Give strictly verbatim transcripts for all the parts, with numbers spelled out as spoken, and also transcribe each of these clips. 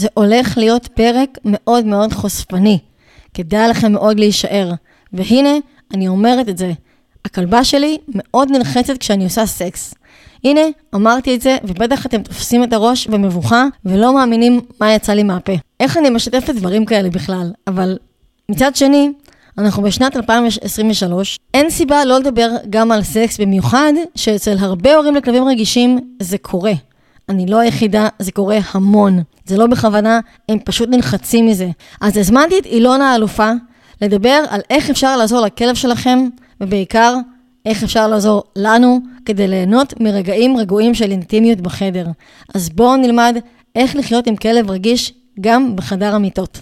זה הולך להיות פרק מאוד מאוד חושפני. כדאי לכם מאוד להישאר. והנה, אני אומרת את זה. הכלבה שלי מאוד נלחצת כשאני עושה סקס. הנה, אמרתי את זה, ובטח אתם תופסים את הראש במבוכה, ולא מאמינים מה יצא לי מהפה. איך אני משתפת דברים כאלה בכלל? אבל מצד שני, אנחנו בשנת אלפיים עשרים ושלוש, אין סיבה לא לדבר גם על סקס, במיוחד שאצל הרבה הורים לכלבים רגישים זה קורה. אני לא היחידה, זה קורה המון. זה לא בכוונה, הם פשוט נלחצים מזה. אז הזמנתי את אילונה האלופה לדבר על איך אפשר לעזור לכלב שלכם, ובעיקר איך אפשר לעזור לנו כדי ליהנות מרגעים רגועים של אינטימיות בחדר. אז בואו נלמד איך לחיות עם כלב רגיש גם בחדר המיטות.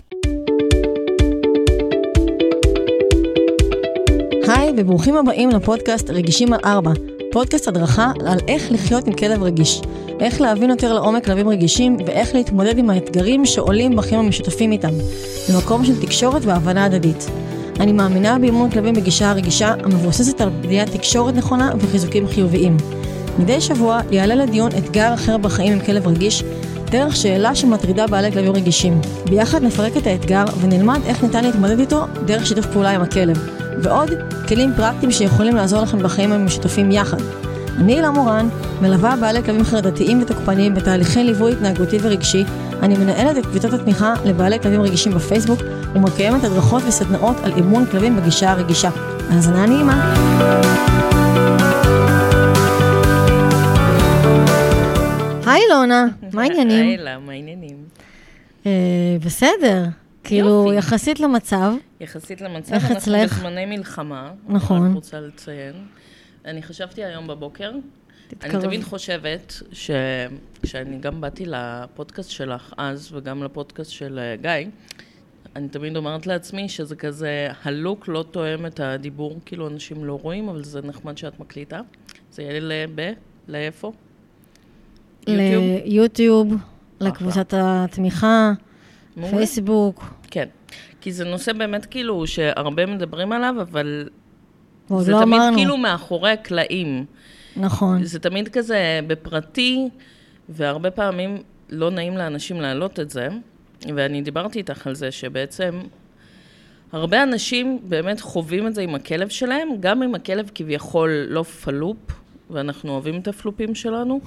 היי וברוכים הבאים לפודקאסט רגישים על ארבע, פודקאסט הדרכה על איך לחיות עם כלב רגיש, איך להבין יותר לעומק כלבים רגישים ואיך להתמודד עם האתגרים שעולים בחיים המשותפים איתם, במקום של תקשורת והבנה הדדית. אני מאמינה באימון כלבים בגישה הרגישה המבוססת על בניית תקשורת נכונה וחיזוקים חיוביים. מדי שבוע יעלה לדיון אתגר אחר בחיים עם כלב רגיש, דרך שאלה שמטרידה בעלי כלבים רגישים. ביחד נפרק את האתגר ונלמד איך ניתן להתמודד איתו דרך שיתוף פעולה עם הכלב. ועוד כלים פרקטיים שיכולים לעזור לכם בחיים המשותפים יחד. אני אילה מורן, מלווה בעלי כלבים חרדתיים ותוקפניים בתהליכי ליווי התנהגותי ורגשי. אני מנהלת את קבוצת התמיכה לבעלי כלבים רגישים בפייסבוק, ומקיימת הדרכות וסדנאות על אימון כלבים בגישה הרגישה. האזנה נעימה. היי אילונה, מה העניינים? היי אלה, מה העניינים? בסדר, כאילו יחסית למצב. יחסית למצב, אנחנו בזמני מלחמה. נכון. אני רוצה לציין. אני חשבתי היום בבוקר, אני תמיד חושבת שכשאני גם באתי לפודקאסט שלך אז, וגם לפודקאסט של גיא, אני תמיד אומרת לעצמי שזה כזה, הלוק לא תואם את הדיבור, כאילו אנשים לא רואים, אבל זה נחמד שאת מקליטה. זה יהיה לב, לאיפה? יוטיוב? ליוטיוב, לקבוצת התמיכה, פייסבוק. כן, כי זה נושא באמת כאילו שהרבה מדברים עליו, אבל זה לא תמיד אמרנו. כאילו מאחורי הקלעים. נכון. זה תמיד כזה בפרטי, והרבה פעמים לא נעים לאנשים להעלות את זה, ואני דיברתי איתך על זה שבעצם הרבה אנשים באמת חווים את זה עם הכלב שלהם, גם אם הכלב כביכול לא פלופ, ואנחנו אוהבים את הפלופים שלנו.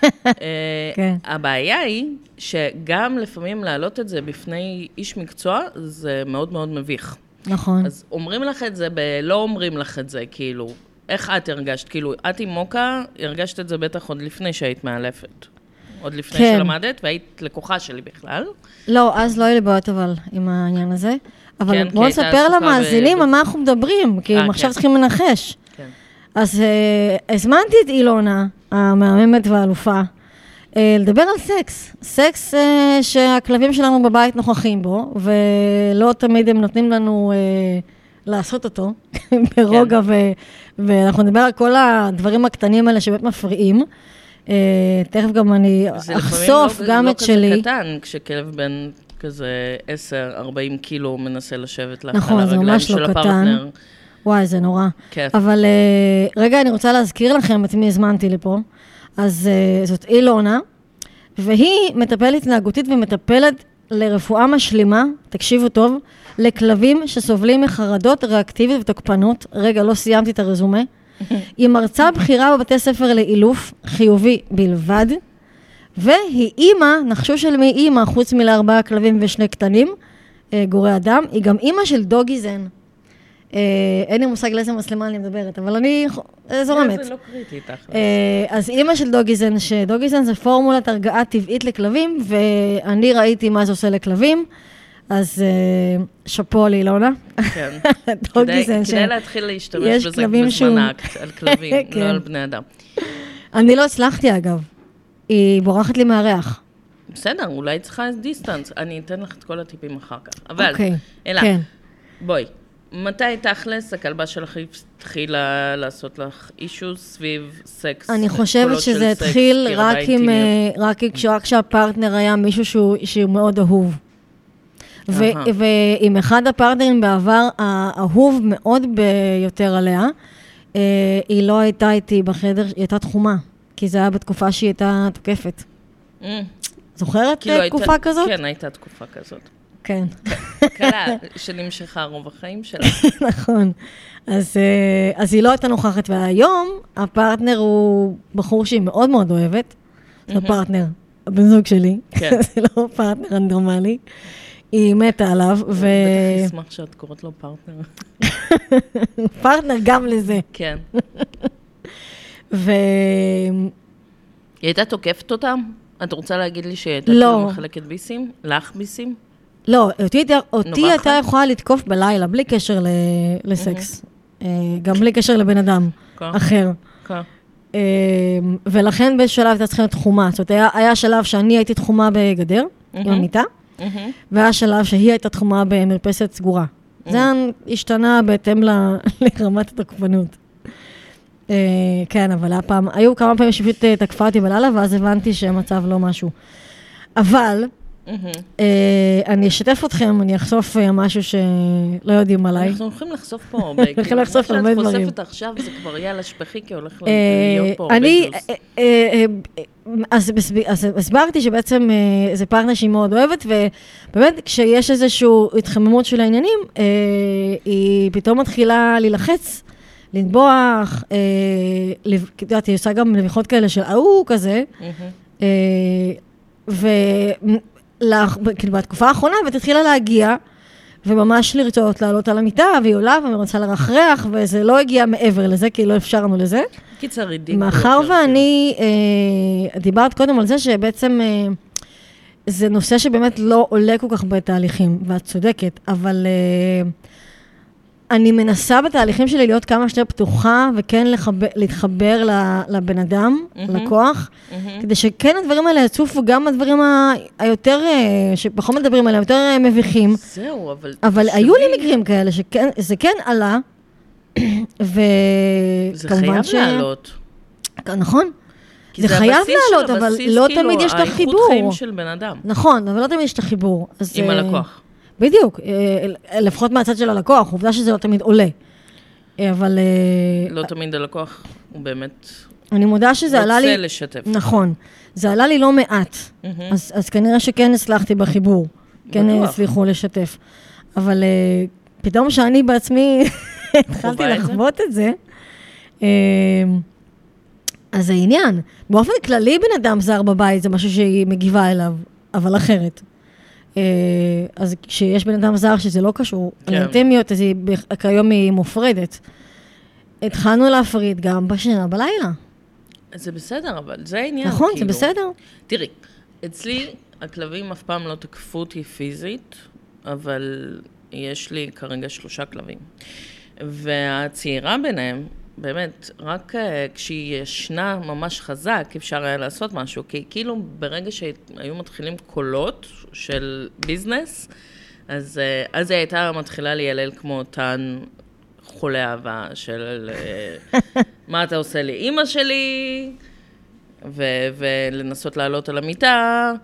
כן. הבעיה היא שגם לפעמים להעלות את זה בפני איש מקצוע, זה מאוד מאוד מביך. נכון. אז אומרים לך את זה, לא אומרים לך את זה, כאילו, איך את הרגשת? כאילו, את עם מוקה, הרגשת את זה בטח עוד לפני שהיית מאלפת. עוד לפני כן. שלמדת, והיית לקוחה שלי בכלל. לא, אז לא היה לי בעיות אבל עם העניין הזה. אבל כן, בואו נספר למאזינים ב... על מה אנחנו מדברים, כי הם עכשיו כן. צריכים לנחש. כן. אז uh, הזמנתי את אילונה, המהממת והאלופה, uh, לדבר על סקס. סקס uh, שהכלבים שלנו בבית נוכחים בו, ולא תמיד הם נותנים לנו uh, לעשות אותו ברוגע, כן. ו, ואנחנו נדבר על כל הדברים הקטנים האלה שבאמת מפריעים. Uh, תכף גם אני אחשוף לא, גם לא את שלי. זה לא כזה קטן, כשכלב בן כזה עשר ארבעים קילו מנסה לשבת לך נכון, על הרגליים של לא הפרטנר. קטן. וואי, זה נורא. כיף. אבל uh, רגע, אני רוצה להזכיר לכם את מי הזמנתי לפה. אז uh, זאת אילונה, והיא מטפלת התנהגותית ומטפלת לרפואה משלימה, תקשיבו טוב, לכלבים שסובלים מחרדות ריאקטיבית ותוקפנות. רגע, לא סיימתי את הרזומה. היא מרצה בחירה בבתי ספר לאילוף, חיובי בלבד, והיא אימא, נחשו של מי אימא, חוץ מלארבעה כלבים ושני קטנים, גורי אדם, היא גם אימא של דוגי זן. אין לי מושג לאיזה מצלמה אני מדברת, אבל אני זורמת. זה לא קריטי איתך. אז אימא של דוגי זן, שדוגי זן זה פורמולת הרגעה טבעית לכלבים, ואני ראיתי מה זה עושה לכלבים, אז שפו לי, אילונה. כן. כדאי להתחיל להשתמש בזה בזמן האקט, על כלבים, לא על בני אדם. אני לא הצלחתי אגב. היא בורחת לי מהריח. בסדר, אולי צריכה דיסטנס. אני אתן לך את כל הטיפים אחר כך. אבל, אלה, בואי. מתי תכלס הכלבה שלך התחילה לעשות לך אישו סביב סקס? אני חושבת שזה התחיל רק כשהפרטנר היה מישהו שהוא מאוד אהוב. ועם אחד הפרטנרים בעבר, האהוב מאוד ביותר עליה, היא לא הייתה איתי בחדר, היא הייתה תחומה, כי זה היה בתקופה שהיא הייתה תוקפת. זוכרת תקופה כזאת? כן, הייתה תקופה כזאת. כן. קלה, שנמשכה רוב החיים שלה. נכון. אז, אז היא לא הייתה נוכחת, והיום הפרטנר הוא בחור שהיא מאוד מאוד אוהבת. זה פרטנר, הבן זוג שלי. כן. זה לא פרטנר רנדומלי. היא מתה עליו, ו... בטח אשמח שאת קוראת לו פרטנר. פרטנר גם לזה. כן. ו... היא הייתה תוקפת אותם? את רוצה להגיד לי שהיא הייתה לא. כאילו מחלקת ביסים? לך ביסים? לא, אותי, אותי הייתה יכולה לתקוף בלילה, בלי קשר ל... לסקס. גם בלי קשר לבן אדם אחר. ולכן בשלב הייתה צריכה להיות תחומה. זאת אומרת, היה, היה שלב שאני הייתי תחומה בגדר, עם המיטה, והיה שלב שהיא הייתה תחומה במרפסת סגורה. זה השתנה בהתאם לרמת התקפנות. כן, אבל הפעם, היו כמה פעמים שפשוט תקפה אותי בלילה, ואז הבנתי שהמצב לא משהו. אבל, אני אשתף אתכם, אני אחשוף משהו שלא יודעים עליי. אנחנו הולכים לחשוף פה, הולכים לחשוף הרבה דברים. חושפת עכשיו, זה כבר יהיה לשפחי, כי הולך להיות פה הרבה ג'וס. אז הסברתי שבעצם זה פרטנר שהיא מאוד אוהבת, ובאמת כשיש איזושהי התחממות של העניינים, היא פתאום מתחילה להילחץ, לנבוח, יודעת, היא עושה גם נביחות כאלה של אהו כזה, ובתקופה האחרונה, ותתחילה להגיע, וממש לרצות לעלות על המיטה, והיא עולה, ואני רוצה לרחרח, וזה לא הגיע מעבר לזה, כי לא אפשרנו לזה. קיצר, רידים. מאחר ואני, דיברת קודם על זה, שבעצם זה נושא שבאמת לא עולה כל כך בתהליכים, ואת צודקת, אבל אני מנסה בתהליכים שלי להיות כמה שיותר פתוחה, וכן להתחבר לבן אדם, לקוח, כדי שכן הדברים האלה יצופו, גם הדברים היותר, שפחות מדברים עליהם, יותר מביכים. זהו, אבל... אבל היו לי מקרים כאלה, שזה כן עלה, וכמובן ש... זה חייב לעלות. נכון. זה חייב לעלות, אבל לא תמיד יש את החיבור. האיכות חיים של בן אדם. נכון, אבל לא תמיד יש את החיבור. עם הלקוח. בדיוק, לפחות מהצד של הלקוח, עובדה שזה לא תמיד עולה. אבל... לא תמיד הלקוח, הוא באמת... אני מודה שזה עלה לי... רוצה לשתף. נכון. זה עלה לי לא מעט. אז כנראה שכן הצלחתי בחיבור. כן הצליחו לשתף. אבל פתאום שאני בעצמי התחלתי לחוות את זה, אז זה עניין. באופן כללי בן אדם זר בבית, זה משהו שהיא מגיבה אליו, אבל אחרת. אז כשיש בן אדם זר שזה לא קשור, לאינטימיות, אז היא כיום היא מופרדת. התחלנו להפריד גם בשינה בלילה. זה בסדר, אבל זה העניין. נכון, זה בסדר. תראי, אצלי הכלבים אף פעם לא תקפו אותי פיזית, אבל יש לי כרגע שלושה כלבים. והצעירה ביניהם, באמת, רק כשהיא ישנה ממש חזק, אפשר היה לעשות משהו, כי כאילו ברגע שהיו מתחילים קולות של ביזנס, אז, אז היא הייתה מתחילה להילל כמו טן חולה אהבה של מה אתה עושה לי, אמא שלי, ו- ולנסות לעלות על המיטה,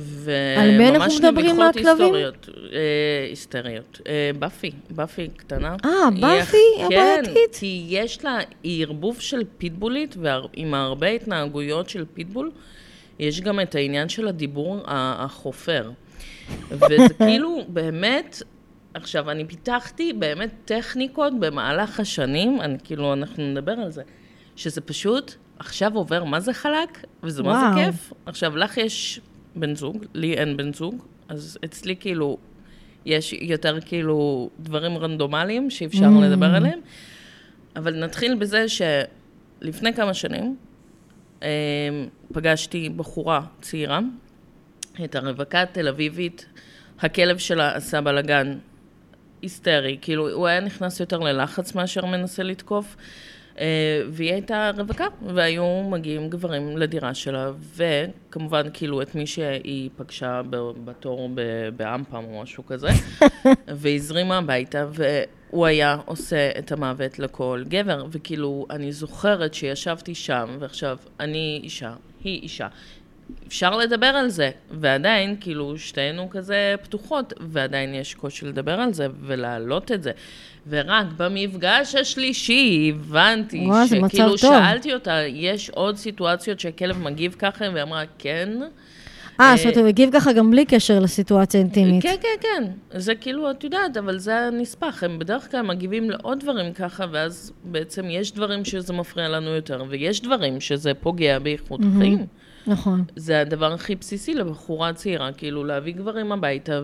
וממש נביחות היסטוריות, היסטריות. באפי, באפי קטנה. אה, באפי? כן, כי יש לה ערבוב של פיטבולית, ועם הרבה התנהגויות של פיטבול, יש גם את העניין של הדיבור החופר. וזה כאילו באמת, עכשיו אני פיתחתי באמת טכניקות במהלך השנים, אני, כאילו אנחנו נדבר על זה, שזה פשוט עכשיו עובר מה זה חלק, וזה וואו. מה זה כיף. עכשיו לך יש בן זוג, לי אין בן זוג, אז אצלי כאילו יש יותר כאילו דברים רנדומליים שאפשר mm. לדבר עליהם, אבל נתחיל בזה שלפני כמה שנים אה, פגשתי בחורה צעירה, את הרווקה תל אביבית, הכלב שלה עשה בלגן היסטרי, כאילו הוא היה נכנס יותר ללחץ מאשר מנסה לתקוף, והיא הייתה רווקה, והיו מגיעים גברים לדירה שלה, וכמובן כאילו את מי שהיא פגשה בתור באמפם או משהו כזה, והזרימה הביתה, והוא היה עושה את המוות לכל גבר, וכאילו אני זוכרת שישבתי שם, ועכשיו אני אישה, היא אישה, אפשר לדבר על זה, ועדיין כאילו שתינו כזה פתוחות, ועדיין יש קושי לדבר על זה ולהעלות את זה. ורק במפגש השלישי הבנתי שכאילו שאלתי אותה, יש עוד סיטואציות שהכלב מגיב ככה, והיא אמרה כן, אה, זאת אומרת, הוא הגיב ככה גם בלי קשר לסיטואציה אינטימית. כן, כן, כן. זה כאילו, את יודעת, אבל זה הנספח. הם בדרך כלל מגיבים לעוד דברים ככה, ואז בעצם יש דברים שזה מפריע לנו יותר, ויש דברים שזה פוגע באיכות החיים. נכון. זה הדבר הכי בסיסי לבחורה צעירה, כאילו להביא גברים הביתה,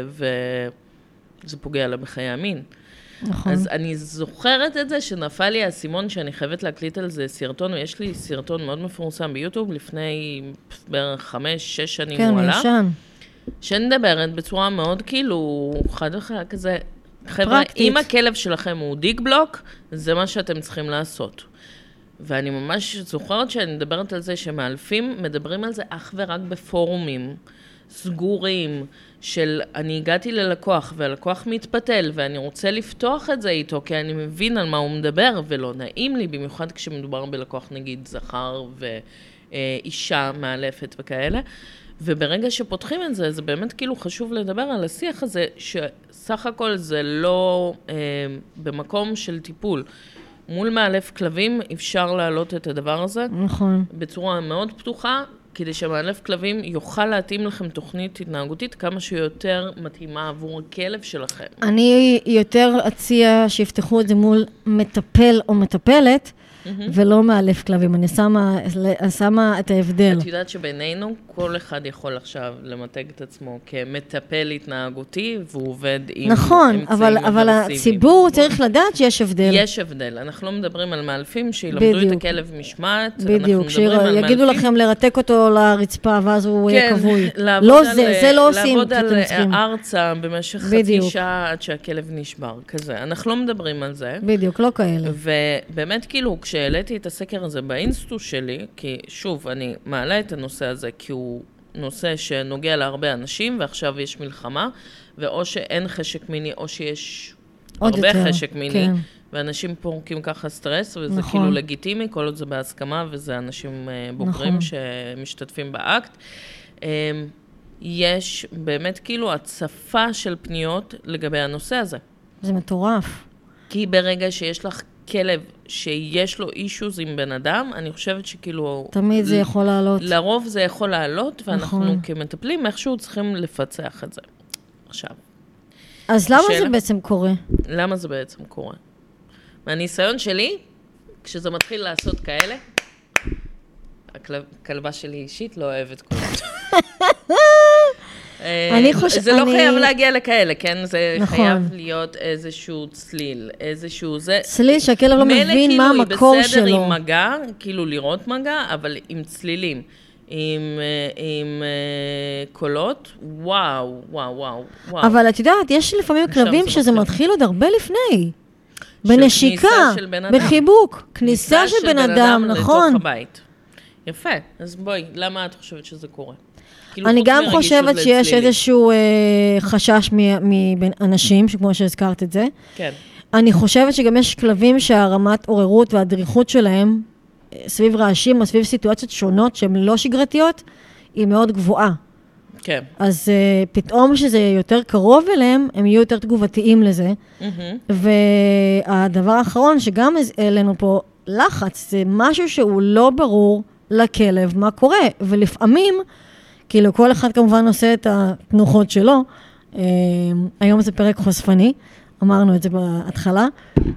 וזה פוגע לה בחיי המין. נכון. אז אני זוכרת את זה שנפל לי הסימון שאני חייבת להקליט על זה סרטון, ויש לי סרטון מאוד מפורסם ביוטיוב לפני בערך חמש, שש שנים הוא עלה. כן, ישן. שנדברת בצורה מאוד כאילו חד וחד כזה, חבר'ה, אם הכלב שלכם הוא דיג בלוק, זה מה שאתם צריכים לעשות. ואני ממש זוכרת שאני מדברת על זה שמאלפים מדברים על זה אך ורק בפורומים סגורים, של אני הגעתי ללקוח והלקוח מתפתל ואני רוצה לפתוח את זה איתו כי אני מבין על מה הוא מדבר ולא נעים לי, במיוחד כשמדובר בלקוח נגיד זכר ואישה מאלפת וכאלה. וברגע שפותחים את זה, זה באמת כאילו חשוב לדבר על השיח הזה, שסך הכל זה לא אה, במקום של טיפול. מול מאלף כלבים אפשר להעלות את הדבר הזה. נכון. בצורה מאוד פתוחה, כדי שמאלף כלבים יוכל להתאים לכם תוכנית התנהגותית כמה שיותר מתאימה עבור הכלב שלכם. אני יותר אציע שיפתחו את זה מול מטפל או מטפלת, ולא מאלף כלבים. אני שמה, שמה את ההבדל. את יודעת שבינינו כל אחד יכול עכשיו למתג את עצמו כמטפל התנהגותי, והוא עובד עם נכון, אמצעים אבל, אבל הציבור צריך לדעת שיש הבדל. יש הבדל. אנחנו לא מדברים על מאלפים שילמדו בדיוק. את הכלב משמעת. בדיוק, שיגידו לכם לרתק אותו לרצפה, ואז הוא יהיה כן, כבוי. לא על, זה, זה לא עושים. לעבוד על ארצה במשך בדיוק. חצי שעה עד שהכלב נשבר, כזה. אנחנו לא מדברים על זה. בדיוק, לא כאלה. ובאמת כאילו, כשהעליתי את הסקר הזה באינסטו שלי, כי שוב, אני מעלה את הנושא הזה, כי הוא נושא שנוגע להרבה אנשים, ועכשיו יש מלחמה, ואו שאין חשק מיני, או שיש הרבה יותר, חשק מיני, כן. ואנשים פורקים ככה סטרס, וזה נכון. כאילו לגיטימי, כל עוד זה בהסכמה, וזה אנשים בוגרים נכון. שמשתתפים באקט. יש באמת כאילו הצפה של פניות לגבי הנושא הזה. זה מטורף. כי ברגע שיש לך כלב שיש לו אישוז עם בן אדם, אני חושבת שכאילו... תמיד זה יכול לעלות. לרוב זה יכול לעלות, ואנחנו כמטפלים איכשהו צריכים לפצח את זה. עכשיו. אז למה זה בעצם קורה? למה זה בעצם קורה? מהניסיון שלי, כשזה מתחיל לעשות כאלה, הכלבה שלי אישית לא אוהבת כלום. אני חושב... זה לא חייב להגיע לכאלה, כן? זה חייב להיות איזשהו צליל, איזשהו זה... צליל שהכלב לא מבין מה המקור שלו. בסדר עם מגע, כאילו לראות מגע, אבל עם צלילים, עם קולות, וואו, וואו, וואו. אבל את יודעת, יש לפעמים כלבים שזה מתחיל עוד הרבה לפני. בנשיקה, בחיבוק, כניסה של בן אדם, נכון. לתוך הבית. יפה, אז בואי, למה את חושבת שזה קורה? אני גם חושבת שיש איזשהו חשש מאנשים, כמו שהזכרת את זה. כן. אני חושבת שגם יש כלבים שהרמת עוררות והדריכות שלהם, סביב רעשים או סביב סיטואציות שונות שהן לא שגרתיות, היא מאוד גבוהה. כן. אז פתאום שזה יותר קרוב אליהם, הם יהיו יותר תגובתיים לזה. והדבר האחרון שגם העלינו פה, לחץ, זה משהו שהוא לא ברור לכלב מה קורה. ולפעמים, כאילו כל אחד כמובן עושה את התנוחות שלו, היום זה פרק חושפני, אמרנו את זה בהתחלה,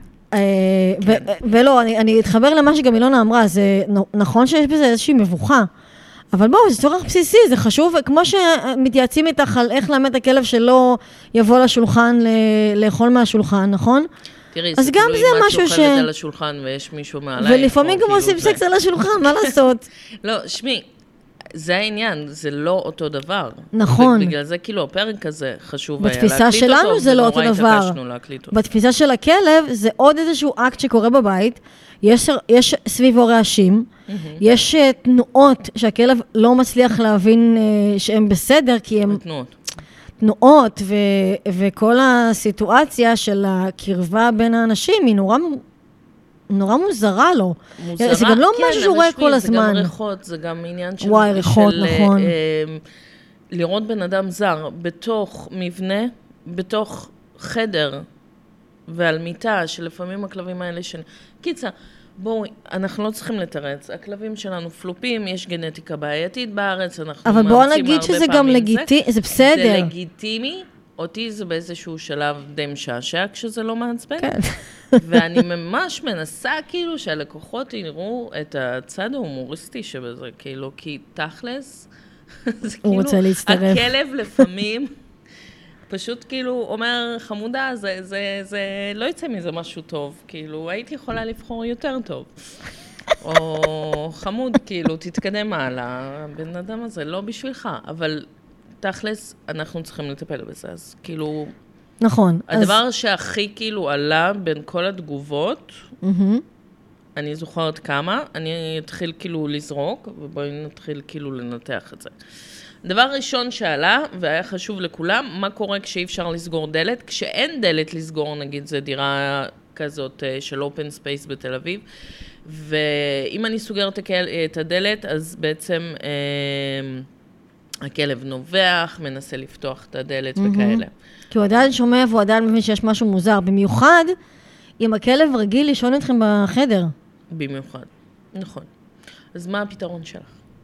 ולא, אני אתחבר למה שגם אילונה אמרה, זה נכון שיש בזה איזושהי מבוכה, אבל בואו, זה צורך בסיסי, זה חשוב, כמו שמתייעצים איתך על איך למד הכלב שלא יבוא לשולחן, לאכול מהשולחן, נכון? תראי, זה כאילו אם את שוכבת על השולחן ויש מישהו מעליי. ולפעמים גם עושים סקס על השולחן, מה לעשות? לא, שמי, זה העניין, זה לא אותו דבר. נכון. בגלל זה כאילו הפרק הזה חשוב היה להקליט אותו. בתפיסה שלנו זה לא אותו דבר. בתפיסה של הכלב זה עוד איזשהו אקט שקורה בבית, יש, יש סביבו רעשים, יש תנועות שהכלב לא מצליח להבין שהן בסדר, כי הן... תנועות. תנועות, ו, וכל הסיטואציה של הקרבה בין האנשים היא נורא... נורא מוזרה לו. מוזרה, זה גם לא כן, משהו שהוא רואה כל הזמן. זה גם ריחות, זה גם עניין של... וואי, ריחות, של, נכון. אה, לראות בן אדם זר בתוך מבנה, בתוך חדר ועל מיטה, שלפעמים הכלבים האלה של... קיצה, בואו, אנחנו לא צריכים לתרץ. הכלבים שלנו פלופים, יש גנטיקה בעייתית בארץ, אנחנו מאמצים הרבה פעמים. אבל בואו נגיד שזה גם לגיטימי, זה בסדר. זה לגיטימי, אותי זה באיזשהו שלב די משעשע כשזה לא מעצבן. כן. ואני ממש מנסה כאילו שהלקוחות יראו את הצד ההומוריסטי שבזה, כאילו, כי תכלס, זה כאילו, הכלב לפעמים, פשוט כאילו אומר, חמודה, זה, זה, זה, לא יצא מזה משהו טוב, כאילו, הייתי יכולה לבחור יותר טוב. או חמוד, כאילו, תתקדם הלאה, הבן אדם הזה לא בשבילך, אבל תכלס, אנחנו צריכים לטפל בזה, אז כאילו... נכון. הדבר אז... שהכי כאילו עלה בין כל התגובות, mm-hmm. אני זוכרת כמה, אני אתחיל כאילו לזרוק, ובואי נתחיל כאילו לנתח את זה. דבר ראשון שעלה, והיה חשוב לכולם, מה קורה כשאי אפשר לסגור דלת? כשאין דלת לסגור, נגיד, זה דירה כזאת של אופן ספייס בתל אביב, ואם אני סוגרת את הדלת, אז בעצם אה, הכלב נובח, מנסה לפתוח את הדלת mm-hmm. וכאלה. כי הוא עדיין שומע והוא עדיין מבין שיש משהו מוזר, במיוחד אם הכלב רגיל לישון אתכם בחדר. במיוחד, נכון. אז מה הפתרון שלך?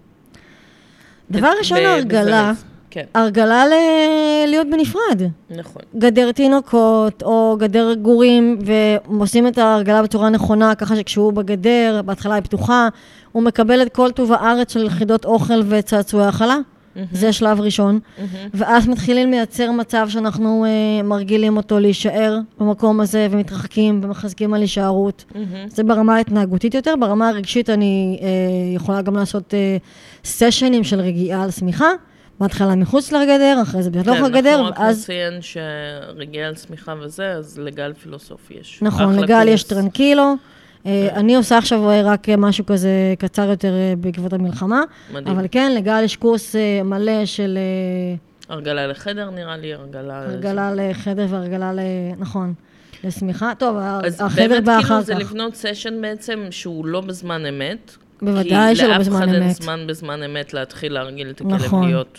דבר ראשון, הרגלה. כן. הרגלה להיות בנפרד. נכון. גדר תינוקות או גדר גורים, ועושים את ההרגלה בצורה נכונה, ככה שכשהוא בגדר, בהתחלה היא פתוחה, הוא מקבל את כל טוב הארץ של יחידות אוכל וצעצועי האכלה. זה שלב ראשון, ואז מתחילים לייצר מצב שאנחנו מרגילים אותו להישאר במקום הזה, ומתרחקים ומחזקים על הישארות. זה ברמה ההתנהגותית יותר, ברמה הרגשית אני יכולה גם לעשות סשנים של רגיעה על סמיכה, בהתחלה מחוץ לגדר, אחרי זה בתוך הגדר, אנחנו רק נציין שרגיעה על סמיכה וזה, אז לגל פילוסופי יש. נכון, לגל יש טרנקילו, אני עושה עכשיו רק משהו כזה קצר יותר בעקבות המלחמה, מדהים. אבל כן, לגל יש קורס מלא של... הרגלה לחדר נראה לי, הרגלה... הרגלה לחדר והרגלה ל... נכון, לשמיכה. טוב, החדר בא אחר כך. אז באמת כאילו זה לבנות סשן בעצם שהוא לא בזמן אמת. בוודאי שלא בזמן אמת. כי לאף אחד אין זמן בזמן אמת להתחיל להרגיל את הכלב נכון. להיות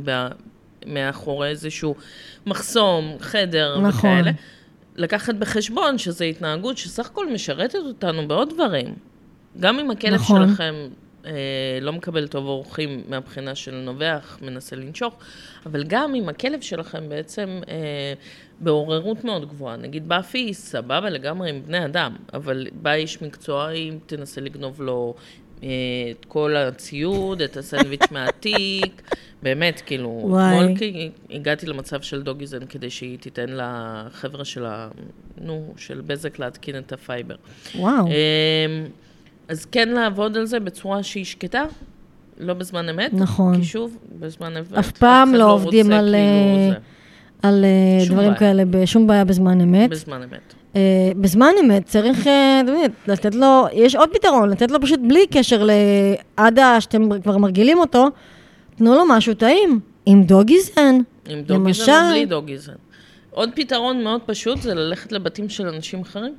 מאחורי איזשהו מחסום, חדר נכון. וכאלה. לקחת בחשבון שזו התנהגות שסך הכל משרתת אותנו בעוד דברים. גם אם הכלב נכון. שלכם אה, לא מקבל טוב אורחים מהבחינה של נובח, מנסה לנשוך, אבל גם אם הכלב שלכם בעצם אה, בעוררות מאוד גבוהה, נגיד באפי, סבבה לגמרי עם בני אדם, אבל בא איש מקצוע, אם תנסה לגנוב לו אה, את כל הציוד, את הסנדוויץ' מהתיק, באמת, כאילו, אתמול כי הגעתי למצב של דוגיזן כדי שהיא תיתן לחבר'ה שלה, נו, של בזק להתקין את הפייבר. וואו. אז כן לעבוד על זה בצורה שהיא שקטה, לא בזמן אמת. נכון. כי שוב, בזמן אמת. אף פעם לא עובדים על, על דברים כאלה, בשום בעיה בזמן אמת. בזמן אמת. בזמן אמת צריך לתת לו, יש עוד פתרון, לתת לו פשוט בלי קשר לעד שאתם כבר מרגילים אותו, תנו לו משהו טעים, עם דוגיזן, עם דוגיזן או בלי דוגיזן. עוד פתרון מאוד פשוט זה ללכת לבתים של אנשים אחרים.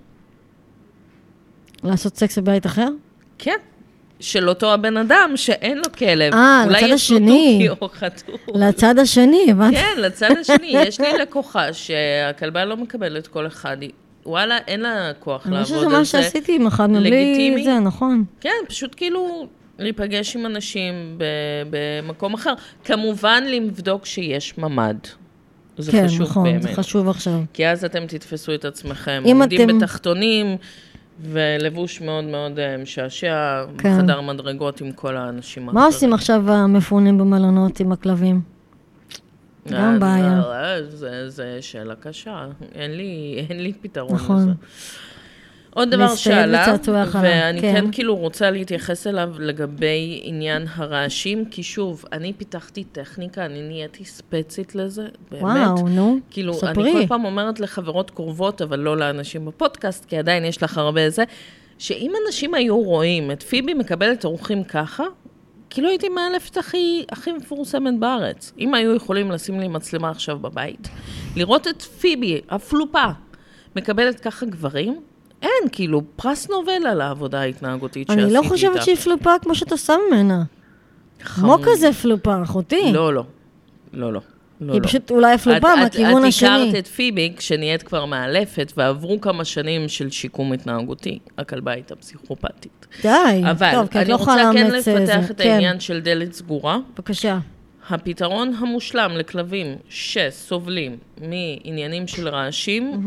לעשות סקס בבית אחר? כן. של אותו הבן אדם שאין לו כלב. אה, לצד השני. אולי יש לו תוכי או חתוך. לצד השני, הבנת? כן, לצד השני. יש לי לקוחה שהכלבה לא מקבלת כל אחד. וואלה, אין לה כוח לעבוד על זה. אני חושב שזה מה שעשיתי עם אחד מבלי זה, נכון. כן, פשוט כאילו... להיפגש עם אנשים במקום אחר. כמובן, לבדוק שיש ממד. זה כן, חשוב נכון, באמת. זה חשוב עכשיו. כי אז אתם תתפסו את עצמכם. עומדים אתם... בתחתונים, ולבוש מאוד מאוד משעשע, כן. בחדר מדרגות עם כל האנשים מה האחרים. עושים עכשיו המפונים במלונות עם הכלבים? גם בעיה. זה, זה שאלה קשה. אין לי, אין לי פתרון נכון. לזה. עוד דבר שעלה, ואני כן. כן כאילו רוצה להתייחס אליו לגבי עניין הרעשים, כי שוב, אני פיתחתי טכניקה, אני נהייתי ספצית לזה, באמת. וואו, נו, כאילו, ספרי. אני כל פעם אומרת לחברות קרובות, אבל לא לאנשים בפודקאסט, כי עדיין יש לך הרבה זה, שאם אנשים היו רואים את פיבי מקבלת אורחים ככה, כאילו הייתי מאלפת הכי, הכי מפורסמת בארץ. אם היו יכולים לשים לי מצלמה עכשיו בבית, לראות את פיבי, הפלופה, מקבלת ככה גברים, אין, כאילו, פרס נובל על העבודה ההתנהגותית שעשיתי איתה. אני לא חושבת שהיא פלופה כמו שאתה שם ממנה. כמו כזה פלופה, אחותי. לא, לא. לא, לא. לא, היא לא. פשוט אולי אפילו באה מהכיוון השני. את הכרת את פיבי כשנהיית כבר מאלפת, ועברו כמה שנים של שיקום התנהגותי. הכלבה הייתה פסיכופתית. די, אבל טוב, כי את אני לא רוצה יכולה כן לאמץ זה. לפתח את כן. העניין של דלת סגורה. בבקשה. הפתרון המושלם לכלבים שסובלים מעניינים של רעשים,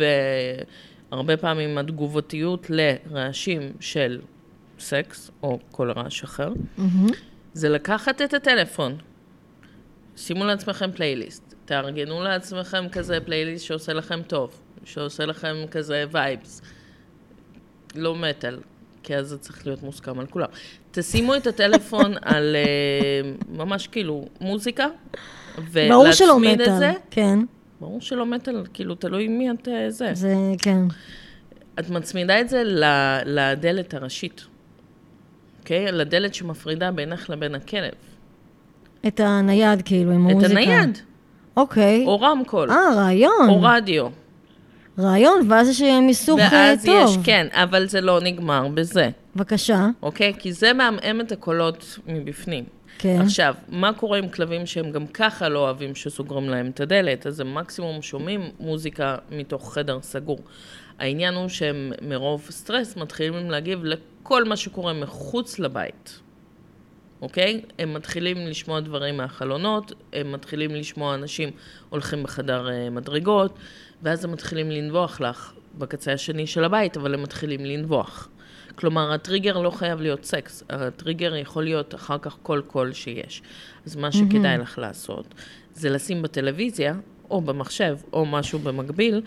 והרבה פעמים התגובתיות לרעשים של סקס, או כל רעש אחר, זה לקחת את הטלפון, שימו לעצמכם פלייליסט, תארגנו לעצמכם כזה פלייליסט שעושה לכם טוב, שעושה לכם כזה וייבס, לא מטל, כי אז זה צריך להיות מוסכם על כולם. תשימו את הטלפון על ממש כאילו מוזיקה, ולהצמיד את זה. כן. ברור שלא מטל, כאילו תלוי מי את זה. זה, כן. את מצמידה את זה לדלת הראשית. אוקיי? לדלת שמפרידה בינך לבין הכלב. את הנייד כאילו, עם המוזיקה. את הנייד. אוקיי. או רמקול. אה, רעיון. או רדיו. רעיון, ואז יש מיסוך טוב. ואז יש, כן, אבל זה לא נגמר בזה. בבקשה. אוקיי? כי זה מעמעם את הקולות מבפנים. כן. עכשיו, מה קורה עם כלבים שהם גם ככה לא אוהבים שסוגרים להם את הדלת? אז הם מקסימום שומעים מוזיקה מתוך חדר סגור. העניין הוא שהם מרוב סטרס מתחילים להגיב לכל מה שקורה מחוץ לבית. אוקיי? הם מתחילים לשמוע דברים מהחלונות, הם מתחילים לשמוע אנשים הולכים בחדר מדרגות, ואז הם מתחילים לנבוח לך בקצה השני של הבית, אבל הם מתחילים לנבוח. כלומר, הטריגר לא חייב להיות סקס, הטריגר יכול להיות אחר כך כל קול שיש. אז מה שכדאי לך לעשות, זה לשים בטלוויזיה, או במחשב, או משהו במקביל,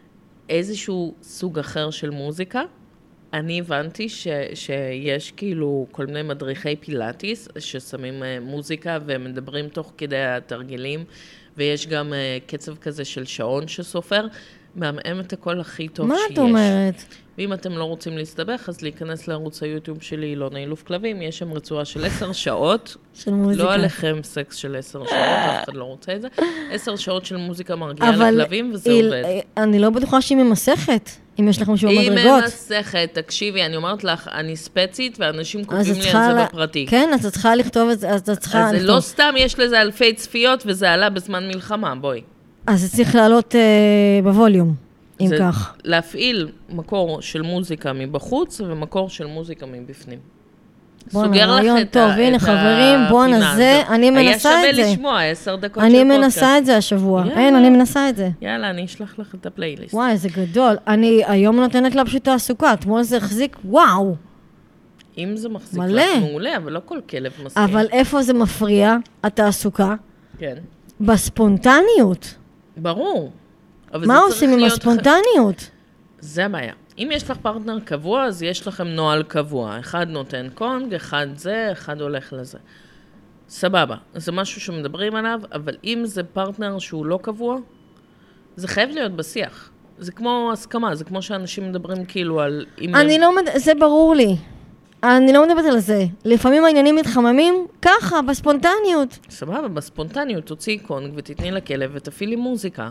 איזשהו סוג אחר של מוזיקה. אני הבנתי ש, שיש כאילו כל מיני מדריכי פילאטיס, ששמים מוזיקה ומדברים תוך כדי התרגילים, ויש גם קצב כזה של שעון שסופר, מעמעם את הכל הכי טוב מה שיש. מה את אומרת? ואם אתם לא רוצים להסתבך, אז להיכנס לערוץ היוטיוב שלי, אילונה אילוף כלבים, יש שם רצועה של עשר שעות. של מוזיקה. לא עליכם סקס של עשר שעות, אף אחד לא רוצה את זה. עשר שעות של מוזיקה מרגיעה לכלבים, וזה היא, עובד. אני לא בטוחה שהיא ממסכת, אם יש לך משהו במדרגות. היא ממסכת, תקשיבי, אני אומרת לך, אני ספצית, ואנשים כותבים לי על זה לה... בפרטי. כן, אז את צריכה לכתוב את זה, אז את צריכה... אז זה לא סתם, יש לזה אלפי צפיות, וזה עלה בזמן מלחמה, בואי. אז זה צריך לעלות אה, בווליום. אם כך. להפעיל מקור של מוזיקה מבחוץ, ומקור של מוזיקה מבפנים. סוגר לך את טוב, הנה חברים, בוא נזה, אני מנסה את זה. היה שווה לשמוע, עשר דקות של פודקאסט. אני מנסה את זה השבוע. אין, אני מנסה את זה. יאללה, אני אשלח לך את הפלייליסט. וואי, זה גדול. אני היום נותנת לה פשוט תעסוקה, אתמול זה החזיק, וואו. אם זה מחזיק לך מעולה, אבל לא כל כלב מסכים. אבל איפה זה מפריע, התעסוקה? כן. בספונטניות. ברור. מה עושים עם הספונטניות? זה הבעיה. אם יש לך פרטנר קבוע, אז יש לכם נועל קבוע. אחד נותן קונג, אחד זה, אחד הולך לזה. סבבה. זה משהו שמדברים עליו, אבל אם זה פרטנר שהוא לא קבוע, זה חייב להיות בשיח. זה כמו הסכמה, זה כמו שאנשים מדברים כאילו על... אני לא מד... זה ברור לי. אני לא מדברת על זה. לפעמים העניינים מתחממים ככה, בספונטניות. סבבה, בספונטניות תוציאי קונג ותתני לכלב ותפעילי מוזיקה.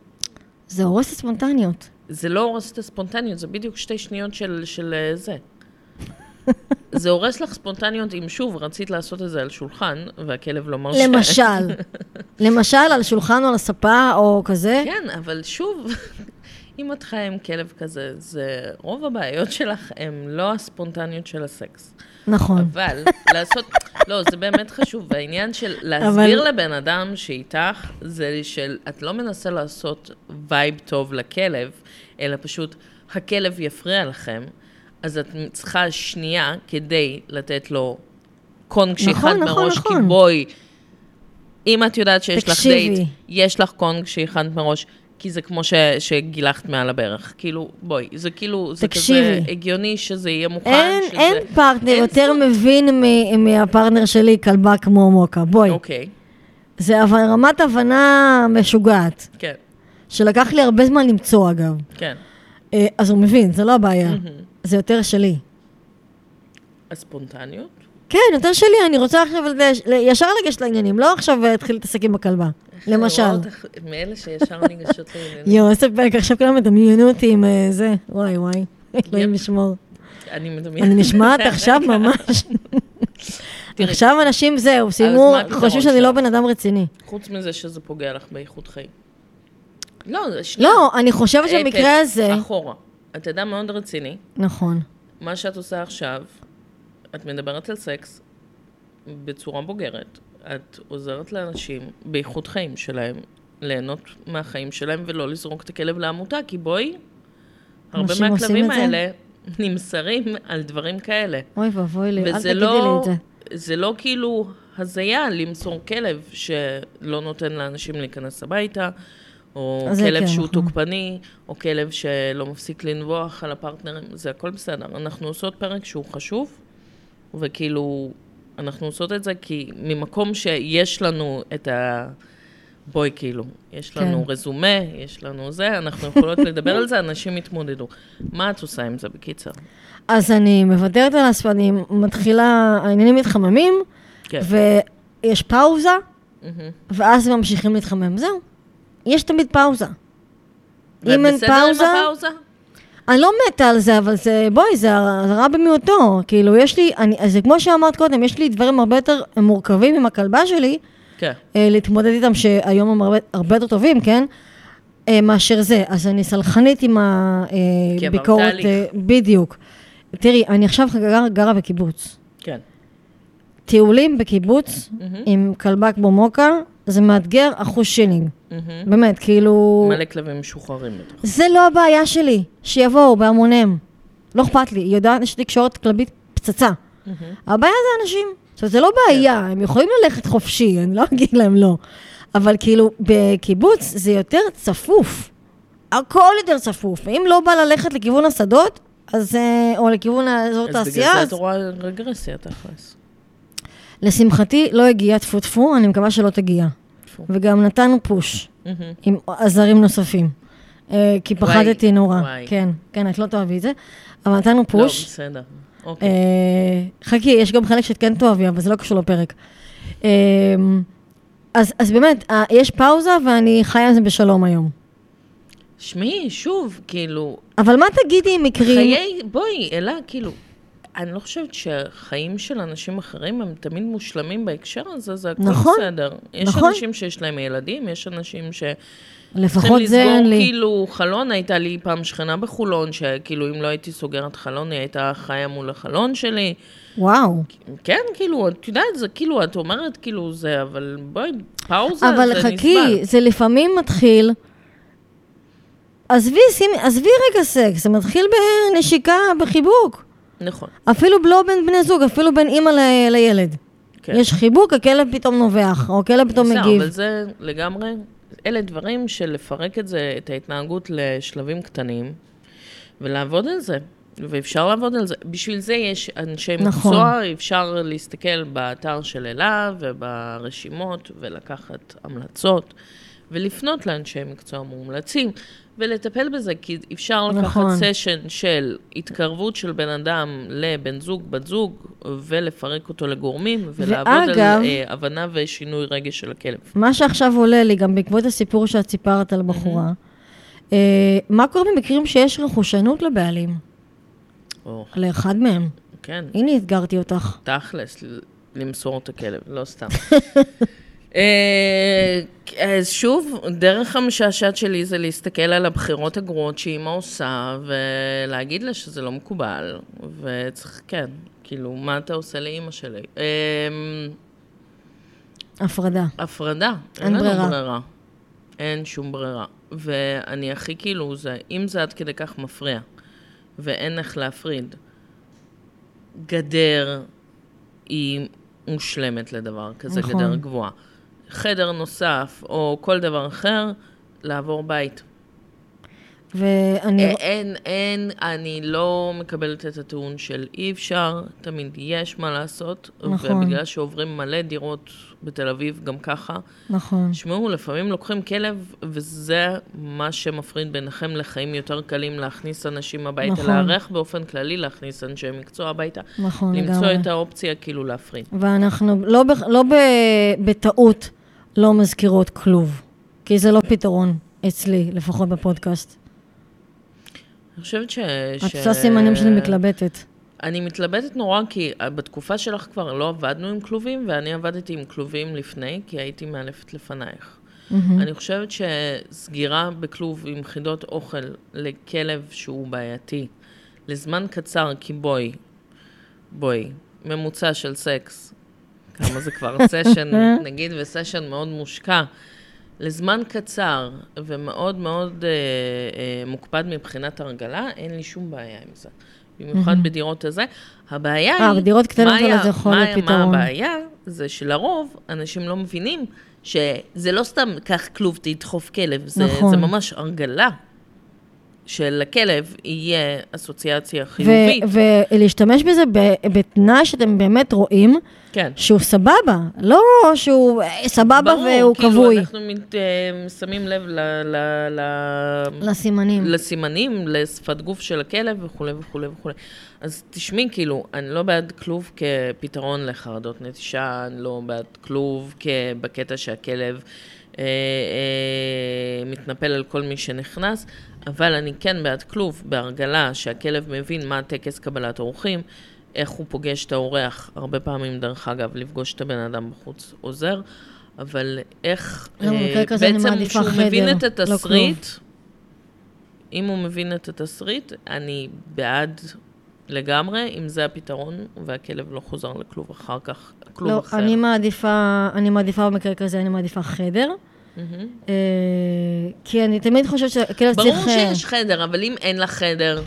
זה הורס את הספונטניות. זה לא הורס את הספונטניות, זה בדיוק שתי שניות של, של זה. זה הורס לך ספונטניות אם שוב רצית לעשות את זה על שולחן, והכלב לא מרשה. למשל. למשל על שולחן או על הספה או כזה. כן, אבל שוב, אם את חיה עם כלב כזה, זה רוב הבעיות שלך הם לא הספונטניות של הסקס. נכון. אבל לעשות, לא, זה באמת חשוב. והעניין של להסביר אבל... לבן אדם שאיתך, זה של, את לא מנסה לעשות וייב טוב לכלב, אלא פשוט הכלב יפריע לכם, אז את צריכה שנייה כדי לתת לו קונג שאחד נכון, מראש, נכון. כי בואי, אם את יודעת שיש תקשיבי. לך דייט, יש לך קונג שאחד מראש, כי זה כמו ש, שגילחת מעל הברך. כאילו, בואי, זה כאילו, זה תקשיבי. כזה הגיוני שזה יהיה מוכן. אין, שזה... אין פרטנר אין יותר סוג... מבין מ- מהפרטנר שלי, כלבה כמו מוקה. בואי. אוקיי. זה רמת הבנה משוגעת. כן. שלקח לי הרבה זמן למצוא, אגב. כן. אז הוא מבין, זה לא הבעיה. זה יותר שלי. הספונטניות? כן, יותר שלי, אני רוצה עכשיו ישר לגשת לעניינים, לא עכשיו להתחיל להתעסק עם הכלבה, למשל. מאלה שישר ניגשות לעניינים. יו, איזה פרק, עכשיו כולם מדמיינו אותי עם זה, וואי וואי, אלוהים לשמור. אני מדמיינת. אני נשמעת עכשיו ממש. עכשיו אנשים זהו, סיימו, חושבים שאני לא בן אדם רציני. חוץ מזה שזה פוגע לך באיכות חיים. לא, שנייה. לא, אני חושבת שבמקרה הזה... אחורה. אתה יודע מאוד רציני. נכון. מה שאת עושה עכשיו, את מדברת על סקס בצורה בוגרת. את עוזרת לאנשים באיכות חיים שלהם, ליהנות מהחיים שלהם ולא לזרוק את הכלב לעמותה, כי בואי, הרבה מהכלבים האלה נמסרים על דברים כאלה. אוי ואבוי לי, אל תגידי לי את זה. זה לא כאילו הזיה למסור כלב שלא נותן לאנשים להיכנס הביתה, או כלב שהוא תוקפני, או כלב שלא מפסיק לנבוח על הפרטנרים, זה הכל בסדר. אנחנו עושות פרק שהוא חשוב, וכאילו, אנחנו עושות את זה כי ממקום שיש לנו את ה... בואי כאילו, יש לנו כן. רזומה, יש לנו זה, אנחנו יכולות לדבר על זה, אנשים יתמודדו. מה את עושה עם זה בקיצר? אז אני מוותרת על הספר, אני מתחילה, העניינים מתחממים, כן. ויש פאוזה, mm-hmm. ואז הם ממשיכים להתחמם. זהו, יש תמיד פאוזה. אם אין פאוזה... בפאוזה? אני לא מתה על זה, אבל זה, בואי, זה רע במיעוטו. כאילו, יש לי, אני, זה כמו שאמרת קודם, יש לי דברים הרבה יותר מורכבים עם הכלבה שלי, כן. להתמודד איתם שהיום הם הרבה, הרבה יותר טובים, כן? מאשר זה. אז אני סלחנית עם הביקורת, בדיוק. תראי, אני עכשיו גרה, גרה בקיבוץ. כן. טיולים בקיבוץ עם כלבה כמו מוקה, זה מאתגר אחוז שילינג. באמת, כאילו... מלא כלבים משוחררים. זה לא הבעיה שלי, שיבואו בהמונם. לא אכפת לי, היא יודעת, יש לי קשורת כלבית פצצה. הבעיה זה אנשים. עכשיו, זה לא בעיה, הם יכולים ללכת חופשי, אני לא אגיד להם לא. אבל כאילו, בקיבוץ זה יותר צפוף. הכל יותר צפוף. ואם לא בא ללכת לכיוון השדות, אז, או לכיוון האזור תעשייה... אז בגלל זה את רואה רגרסיה תכלס. לשמחתי, לא הגיעה טפו טפו, אני מקווה שלא תגיע. וגם נתנו פוש, עם עזרים נוספים. כי פחדתי נורא. כן, כן, את לא תאהבי את זה. אבל נתנו פוש. לא, בסדר. חכי, יש גם חלק שאת כן תאהבי, אבל זה לא קשור לפרק. אז, אז באמת, יש פאוזה ואני חיה עם זה בשלום היום. שמי, שוב, כאילו... אבל מה תגידי עם מקרים... חיי, בואי, אלא, כאילו, אני לא חושבת שהחיים של אנשים אחרים הם תמיד מושלמים בהקשר הזה, זה הכל נכון, בסדר. יש נכון. אנשים שיש להם ילדים, יש אנשים ש... לפחות זה אין לי. כאילו, חלון, הייתה לי פעם שכנה בחולון, שכאילו, אם לא הייתי סוגרת חלון, היא הייתה חיה מול החלון שלי. וואו. כן, כאילו, את יודעת, זה כאילו, את אומרת, כאילו, זה, אבל בואי, פאוזה, אבל זה חכי, נסבל. אבל חכי, זה לפעמים מתחיל, עזבי, שימי, עזבי רגע סקס, זה מתחיל בנשיקה, בחיבוק. נכון. אפילו לא בין בני זוג, אפילו בין אימא ל- לילד. כן. יש חיבוק, הכלב פתאום נובח, או הכלב פתאום בסדר, מגיב. אבל זה לגמרי, אלה דברים של לפרק את זה, את ההתנהגות לשלבים קטנים, ולעבוד על זה. ואפשר לעבוד על זה. בשביל זה יש אנשי נכון. מקצוע, אפשר להסתכל באתר של אלה וברשימות, ולקחת המלצות, ולפנות לאנשי מקצוע מומלצים, ולטפל בזה, כי אפשר לקחת נכון. סשן של התקרבות של בן אדם לבן זוג, בת זוג, ולפרק אותו לגורמים, ולעבוד ואגב, על אה, הבנה ושינוי רגש של הכלב. מה שעכשיו עולה לי, גם בעקבות הסיפור שאת סיפרת על בחורה, mm-hmm. אה, מה קורה במקרים שיש רכושנות לבעלים? Oh. לאחד מהם. כן. הנה, התגרתי אותך. תכלס, למסור את הכלב, לא סתם. אז שוב, דרך המשעשעת שלי זה להסתכל על הבחירות הגרועות שאמא עושה, ולהגיד לה שזה לא מקובל, וצריך, כן, כאילו, מה אתה עושה לאמא שלי? הפרדה. הפרדה. אין ברירה. אין ברירה. אין שום ברירה. ואני הכי כאילו, זה, אם זה עד כדי כך מפריע, ואין איך להפריד, גדר היא מושלמת לדבר כזה, נכון. גדר גבוהה. חדר נוסף, או כל דבר אחר, לעבור בית. ואני... אין, אין, אני לא מקבלת את הטיעון של אי אפשר, תמיד יש מה לעשות, נכון. ובגלל שעוברים מלא דירות בתל אביב, גם ככה. נכון. שמעו, לפעמים לוקחים כלב, וזה מה שמפריד ביניכם לחיים יותר קלים להכניס אנשים הביתה, נכון. להערך באופן כללי, להכניס אנשי מקצוע הביתה. נכון, למצוא לגמרי. את האופציה כאילו להפריד. ואנחנו לא, ב, לא ב, בטעות לא מזכירות כלוב, כי זה לא פתרון אצלי, לפחות בפודקאסט. אני חושבת ש... את עושה סימנים שאני מקלבטת. אני מתלבטת נורא, כי בתקופה שלך כבר לא עבדנו עם כלובים, ואני עבדתי עם כלובים לפני, כי הייתי מאלפת לפנייך. Mm-hmm. אני חושבת שסגירה בכלוב עם חידות אוכל לכלב שהוא בעייתי, לזמן קצר, כי בואי, בואי, ממוצע של סקס, כמה זה כבר סשן, נגיד, וסשן מאוד מושקע, לזמן קצר ומאוד מאוד אה, אה, מוקפד מבחינת הרגלה, אין לי שום בעיה עם זה. במיוחד בדירות הזה. הבעיה היא... בדירות קטנות זה יכול לפתרון. מה הבעיה? זה שלרוב אנשים לא מבינים שזה לא סתם כך כלוב תדחוף כלב, זה, נכון. זה ממש הרגלה שלכלב יהיה אסוציאציה חיובית. ולהשתמש בזה בתנאי שאתם באמת רואים, כן. שהוא סבבה, לא שהוא סבבה ברור, והוא כאילו כבוי. ברור, אנחנו מת, uh, שמים לב ל, ל, ל, לסימנים. לסימנים, לשפת גוף של הכלב וכו' וכו' וכו'. אז תשמעי, כאילו, אני לא בעד כלוב כפתרון לחרדות נטישה, אני לא בעד כלוב בקטע שהכלב אה, אה, מתנפל על כל מי שנכנס, אבל אני כן בעד כלוב בהרגלה שהכלב מבין מה טקס קבלת אורחים, איך הוא פוגש את האורח, הרבה פעמים דרך אגב, לפגוש את הבן אדם בחוץ עוזר, אבל איך, לא, אה, בעצם כשהוא מבין את התסריט, לא אם הוא מבין את התסריט, אני בעד לגמרי, אם זה הפתרון, והכלב לא חוזר לכלוב אחר כך, כלוב לא, אחר. אני מעדיפה, אני מעדיפה במקרה כזה, אני מעדיפה חדר, mm-hmm. אה, כי אני תמיד חושבת שהכלב ברור צריך... ברור שיש חדר, אבל אם אין לך חדר,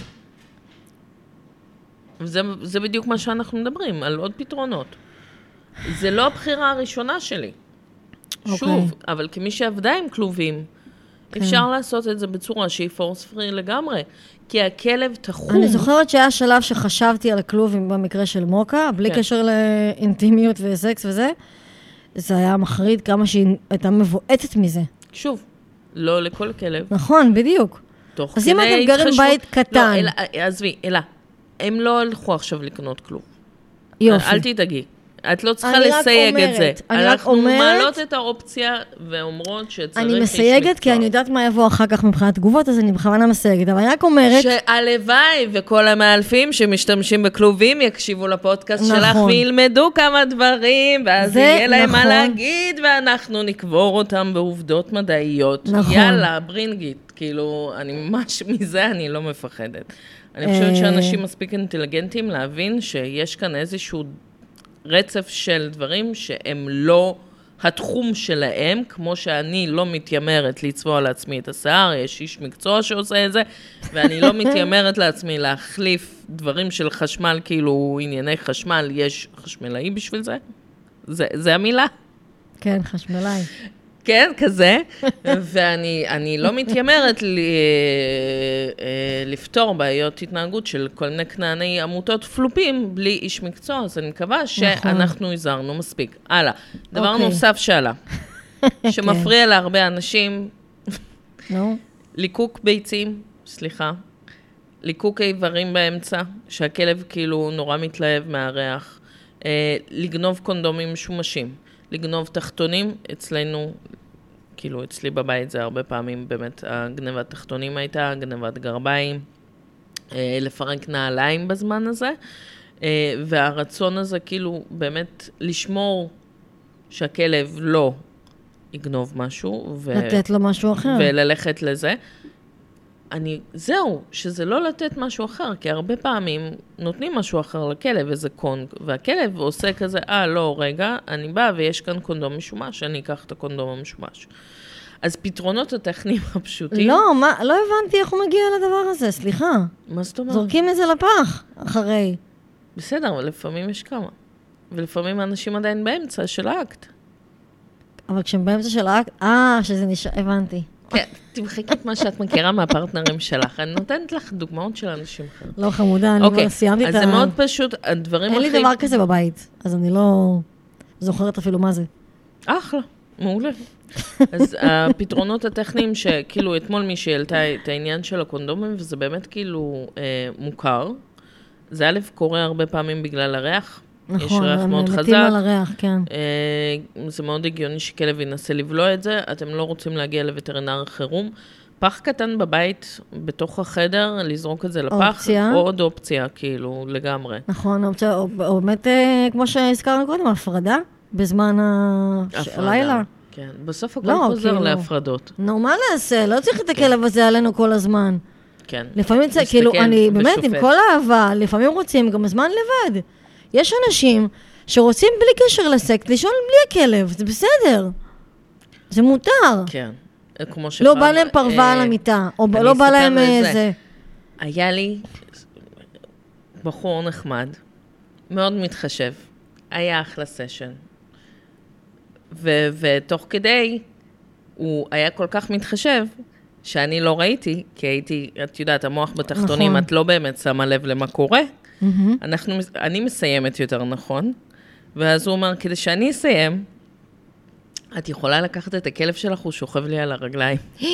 וזה, זה בדיוק מה שאנחנו מדברים, על עוד פתרונות. זה לא הבחירה הראשונה שלי. Okay. שוב, אבל כמי שעבדה עם כלובים, okay. אפשר לעשות את זה בצורה שהיא פורס פרי לגמרי, כי הכלב תחום. אני זוכרת שהיה שלב שחשבתי על הכלובים במקרה של מוקה, בלי okay. קשר לאינטימיות וסקס וזה, זה היה מחריד כמה שהיא הייתה מבועטת מזה. שוב, לא לכל כלב. נכון, בדיוק. אז אם אתם גרים בית קטן. לא, אלא, עזבי, אלא. הם לא הלכו עכשיו לקנות כלום. יופי. אל תדאגי. את לא צריכה לסייג אומרת, את זה. אני רק אנחנו אומרת... מעלות את האופציה ואומרות שצריך איש מקצוע. אני מסייגת כי אני יודעת מה יבוא אחר כך מבחינת תגובות, אז אני בכוונה מסייגת. אבל אני רק אומרת... שהלוואי וכל המאלפים שמשתמשים בכלובים יקשיבו לפודקאסט נכון. שלך וילמדו כמה דברים, ואז יהיה להם נכון. מה להגיד, ואנחנו נקבור אותם בעובדות מדעיות. נכון. יאללה, ברינגיט. כאילו, אני ממש מזה אני לא מפחדת. אני חושבת שאנשים מספיק אינטליגנטים להבין שיש כאן איזשהו רצף של דברים שהם לא התחום שלהם, כמו שאני לא מתיימרת לצבוע לעצמי את השיער, יש איש מקצוע שעושה את זה, ואני לא מתיימרת לעצמי להחליף דברים של חשמל, כאילו ענייני חשמל, יש חשמלאי בשביל זה? זה, זה המילה? כן, חשמלאי. כן, כזה, ואני אני לא מתיימרת ל, לפתור בעיות התנהגות של כל מיני כנעני עמותות פלופים בלי איש מקצוע, אז אני מקווה שאנחנו הזהרנו מספיק. הלאה, דבר נוסף שעלה, שמפריע להרבה אנשים, ליקוק ביצים, סליחה, ליקוק איברים באמצע, שהכלב כאילו נורא מתלהב מהריח, לגנוב קונדומים משומשים. לגנוב תחתונים, אצלנו, כאילו אצלי בבית זה הרבה פעמים באמת הגנבת תחתונים הייתה, גנבת גרביים, לפרק נעליים בזמן הזה, והרצון הזה כאילו באמת לשמור שהכלב לא יגנוב משהו, ו... לתת לו משהו אחר. וללכת לזה. אני, זהו, שזה לא לתת משהו אחר, כי הרבה פעמים נותנים משהו אחר לכלב, איזה קונג, והכלב עושה כזה, אה, לא, רגע, אני באה ויש כאן קונדום משומש, אני אקח את הקונדום המשומש. אז פתרונות הטכניים הפשוטים... לא, מה, לא הבנתי איך הוא מגיע לדבר הזה, סליחה. מה זאת אומרת? זורקים את זה לפח, אחרי. בסדר, אבל לפעמים יש כמה. ולפעמים האנשים עדיין באמצע של האקט. אבל כשהם באמצע של האקט, אה, שזה נשאר, הבנתי. כן, תמחקי את מה שאת מכירה מהפרטנרים שלך. אני נותנת לך דוגמאות של אנשים אחרים. לא חמודה, אני כבר סיימתי את ה... אז זה מאוד פשוט, הדברים הכי... אין לי דבר כזה בבית, אז אני לא זוכרת אפילו מה זה. אחלה, מעולה. אז הפתרונות הטכניים שכאילו אתמול מי שהעלתה את העניין של הקונדומים, וזה באמת כאילו מוכר, זה א' קורה הרבה פעמים בגלל הריח. נכון, יש ריח מאוד חזק. מתים על הריח, כן. זה מאוד הגיוני שכלב ינסה לבלוע את זה. אתם לא רוצים להגיע לווטרינר חירום. פח קטן בבית, בתוך החדר, לזרוק את זה לפח, אופציה. עוד אופציה, כאילו, לגמרי. נכון, אופציה, או באמת, כמו שהזכרנו קודם, הפרדה, בזמן הלילה. כן, בסוף הכל חוזר להפרדות. נו, מה נעשה? לא צריך את הכלב הזה עלינו כל הזמן. כן. לפעמים זה, כאילו, אני באמת, עם כל האהבה, לפעמים רוצים גם הזמן לבד. יש אנשים שרוצים בלי קשר לסקס, לישון בלי הכלב, זה בסדר. זה מותר. כן. כמו לא בא להם פרווה על המיטה, או לא בא להם איזה. היה לי בחור נחמד, מאוד מתחשב. היה אחלה סשן. ותוך כדי, הוא היה כל כך מתחשב, שאני לא ראיתי, כי הייתי, את יודעת, המוח בתחתונים, את לא באמת שמה לב למה קורה. אנחנו, אני מסיימת יותר נכון, ואז הוא אומר, כדי שאני אסיים, את יכולה לקחת את הכלב שלך, הוא שוכב לי על הרגליים.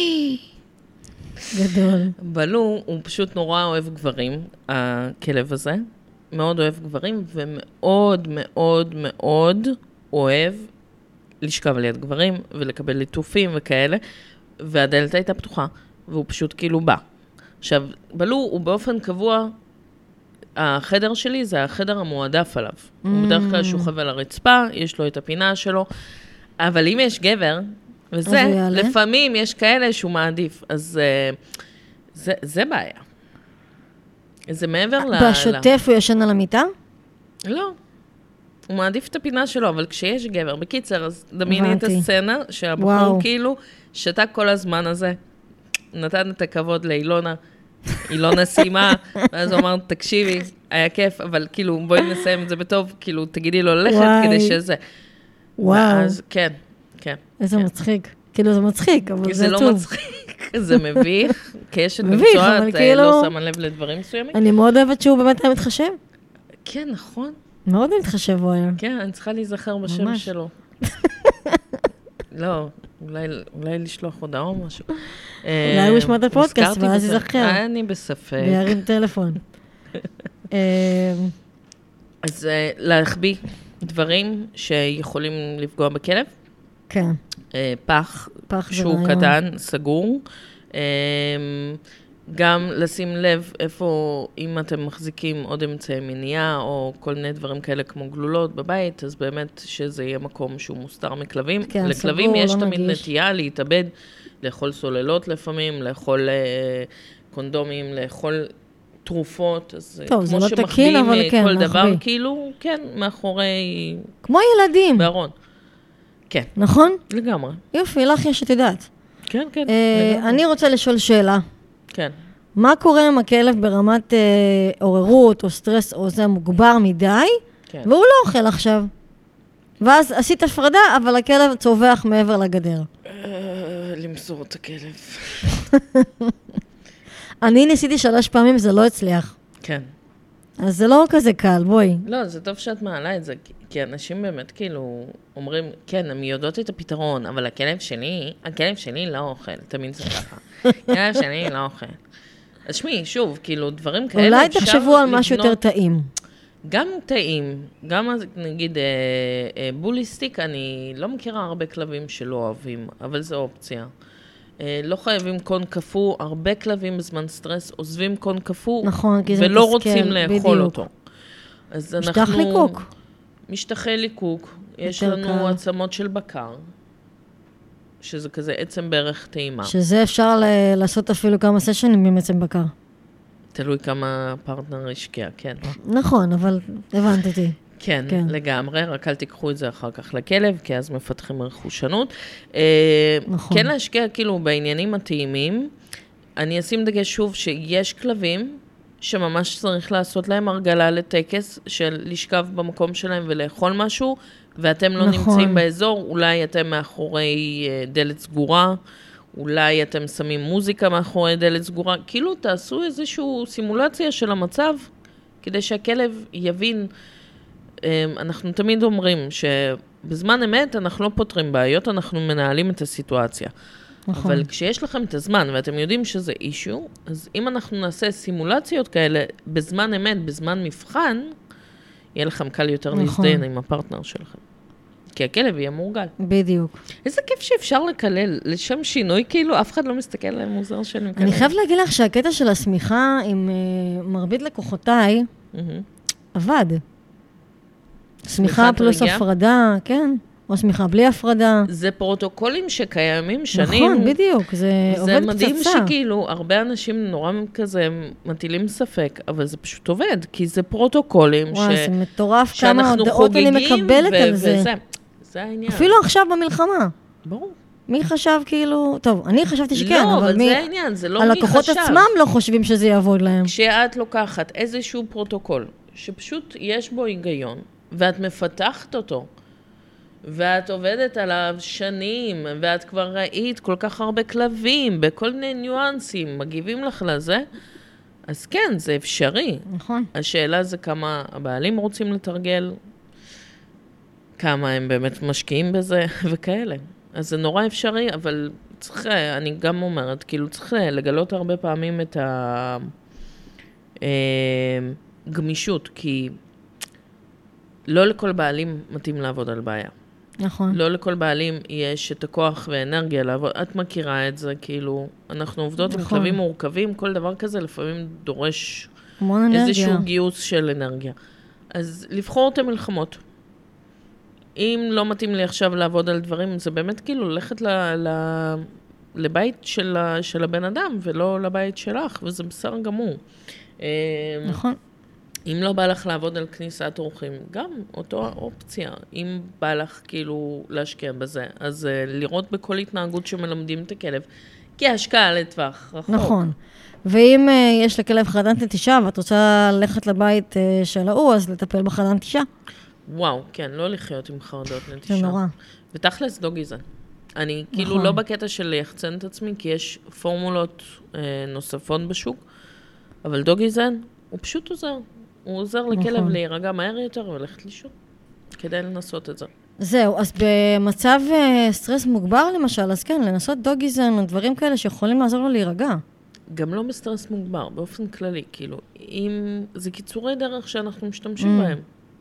גדול. בלו, הוא פשוט נורא אוהב גברים, הכלב הזה. מאוד אוהב גברים, ומאוד מאוד מאוד אוהב לשכב ליד גברים, ולקבל ליטופים וכאלה, והדלת הייתה פתוחה, והוא פשוט כאילו בא. עכשיו, בלו, הוא באופן קבוע, החדר שלי זה החדר המועדף עליו. Mm. הוא בדרך כלל שוכב על הרצפה, יש לו את הפינה שלו, אבל אם יש גבר, וזה, לפעמים יש כאלה שהוא מעדיף, אז uh, זה, זה בעיה. זה מעבר ל... בשוטף הוא ישן על המיטה? לא. הוא מעדיף את הפינה שלו, אבל כשיש גבר, בקיצר, אז דמייני את הסצנה, שהבחור כאילו שתק כל הזמן הזה, נתן את הכבוד לאילונה, אילונה סיימה, ואז הוא אמר, תקשיבי, היה כיף, אבל כאילו, בואי נסיים את זה בטוב, כאילו, תגידי לו ללכת כדי שזה. וואו. ואז, כן, כן. איזה מצחיק. כאילו, זה מצחיק, אבל זה עצוב. זה לא מצחיק, זה מביך, כאשת מקצוע, את לא שמה לב לדברים מסוימים. אני מאוד אוהבת שהוא באמת היה מתחשב. כן, נכון. מאוד מתחשב הוא היה. כן, אני צריכה להיזכר בשם שלו. לא, אולי לשלוח הודעה או משהו. אולי הוא ישמע את הפודקאסט, ואז ייזכר. אני בספק. וירים טלפון. אז להחביא דברים שיכולים לפגוע בכלב. כן. פח, שהוא קטן, סגור. גם לשים לב איפה, אם אתם מחזיקים עוד אמצעי מניעה, או כל מיני דברים כאלה כמו גלולות בבית, אז באמת שזה יהיה מקום שהוא מוסתר מכלבים. כן, לכלבים סגור, יש לא תמיד נגיש. נטייה להתאבד, לאכול סוללות לפעמים, לאכול אה, קונדומים, לאכול תרופות, אז טוב, כמו לא שמחביאים כן, כל דבר, מחביא. כאילו, כן, מאחורי... כמו ילדים. בארון. כן. נכון? לגמרי. יופי, לך יש את יודעת. כן, כן. אה, אני רוצה לשאול שאלה. כן. מה קורה עם הכלב ברמת אה, עוררות או סטרס או זה מוגבר מדי, כן. והוא לא אוכל עכשיו. ואז עשית הפרדה, אבל הכלב צובח מעבר לגדר. למסור את הכלב. אני ניסיתי שלוש פעמים, זה לא הצליח. כן. אז זה לא כזה קל, בואי. לא, זה טוב שאת מעלה את זה, כי אנשים באמת כאילו אומרים, כן, הם יודעות את הפתרון, אבל הכלב שלי, הכלב שלי לא אוכל, תמיד זה ככה. הכלב שלי לא אוכל. אז שמי, שוב, כאילו, דברים כאלה אולי אפשר תחשבו על משהו יותר טעים. גם טעים, גם נגיד בוליסטיק, אני לא מכירה הרבה כלבים שלא אוהבים, אבל זו אופציה. לא חייבים קון קפוא, הרבה כלבים בזמן סטרס עוזבים קון קפוא, נכון, כי זה ולא מתסכל, רוצים לאכול בדיוק. אותו. אז משטח אנחנו... ליקוק. משטחי ליקוק. יש יותר לנו קל. עצמות של בקר, שזה כזה עצם בערך טעימה. שזה אפשר ל- לעשות אפילו כמה סשנים עם עצם בקר. תלוי כמה פרטנר השקיע, כן. נכון, אבל הבנת אותי. כן, כן. לגמרי, רק אל תיקחו את זה אחר כך לכלב, כי אז מפתחים רכושנות. נכון. כן להשקיע כאילו בעניינים הטעימים, אני אשים דגש שוב שיש כלבים שממש צריך לעשות להם הרגלה לטקס של לשכב במקום שלהם ולאכול משהו, ואתם לא נכון. נמצאים באזור, אולי אתם מאחורי דלת סגורה, אולי אתם שמים מוזיקה מאחורי דלת סגורה, כאילו תעשו איזושהי סימולציה של המצב, כדי שהכלב יבין. אנחנו תמיד אומרים שבזמן אמת אנחנו לא פותרים בעיות, אנחנו מנהלים את הסיטואציה. נכון. אבל כשיש לכם את הזמן ואתם יודעים שזה אישו, אז אם אנחנו נעשה סימולציות כאלה בזמן אמת, בזמן מבחן, יהיה לכם קל יותר נכון. להזדיין עם הפרטנר שלכם. כי הכלב יהיה מורגל. בדיוק. איזה כיף שאפשר לקלל, לשם שינוי, כאילו, אף אחד לא מסתכל עליהם מוזר שאני מקלל. אני חייב להגיד לך שהקטע של השמיכה עם uh, מרבית לקוחותיי, mm-hmm. עבד. שמיכה פלוס רגיע? הפרדה, כן. או שמיכה בלי הפרדה. זה פרוטוקולים שקיימים שנים. נכון, בדיוק, זה, זה עובד פצצה. זה מדהים שכאילו, הרבה אנשים נורא כזה מטילים ספק, אבל זה פשוט עובד, כי זה פרוטוקולים וואי, ש... זה מטורף כמה הודעות אני מקבלת ו- על זה. וזה, זה העניין. אפילו עכשיו במלחמה. ברור. מי חשב כאילו, טוב, אני חשבתי שכן, לא, אבל, אבל מי... זה העניין, זה לא מי חשב. הלקוחות עצמם לא חושבים שזה יעבוד להם. כשאת לוקחת איזשהו פרוטוקול, שפשוט יש בו היגיון, ואת מפתחת אותו, ואת עובדת עליו שנים, ואת כבר ראית כל כך הרבה כלבים, בכל מיני ניואנסים, מגיבים לך לזה, אז כן, זה אפשרי. נכון. השאלה זה כמה הבעלים רוצים לתרגל, כמה הם באמת משקיעים בזה, וכאלה. אז זה נורא אפשרי, אבל צריך, אני גם אומרת, כאילו צריך לגלות הרבה פעמים את הגמישות, כי לא לכל בעלים מתאים לעבוד על בעיה. נכון. לא לכל בעלים יש את הכוח ואנרגיה לעבוד. את מכירה את זה, כאילו, אנחנו עובדות נכון. עם כלבים מורכבים, כל דבר כזה לפעמים דורש איזשהו גיוס של אנרגיה. אז לבחור את המלחמות. אם לא מתאים לי עכשיו לעבוד על דברים, זה באמת כאילו ללכת ל, ל, לבית של, של הבן אדם, ולא לבית שלך, וזה בסדר גמור. נכון. אם לא בא לך לעבוד על כניסת אורחים, גם אותו אופציה. אם בא לך כאילו להשקיע בזה, אז uh, לראות בכל התנהגות שמלמדים את הכלב, כי השקעה לטווח רחוק. נכון. ואם uh, יש לכלב חרדת נטישה, ואת רוצה ללכת לבית uh, של ההוא, אז לטפל בחרדת נטישה. וואו, כן, לא לחיות עם חרדות נטישה. זה נורא. ותכלס דוגיזן. אני נכון. כאילו לא בקטע של ליחצן את עצמי, כי יש פורמולות uh, נוספות בשוק, אבל דוגיזן הוא פשוט עוזר. הוא עוזר לכלב נכון. להירגע מהר יותר ולכת לישון, כדי לנסות את זה. זהו, אז במצב uh, סטרס מוגבר למשל, אז כן, לנסות דוגיזן או דברים כאלה שיכולים לעזור לו להירגע. גם לא בסטרס מוגבר, באופן כללי, כאילו, אם זה קיצורי דרך שאנחנו משתמשים mm. בהם.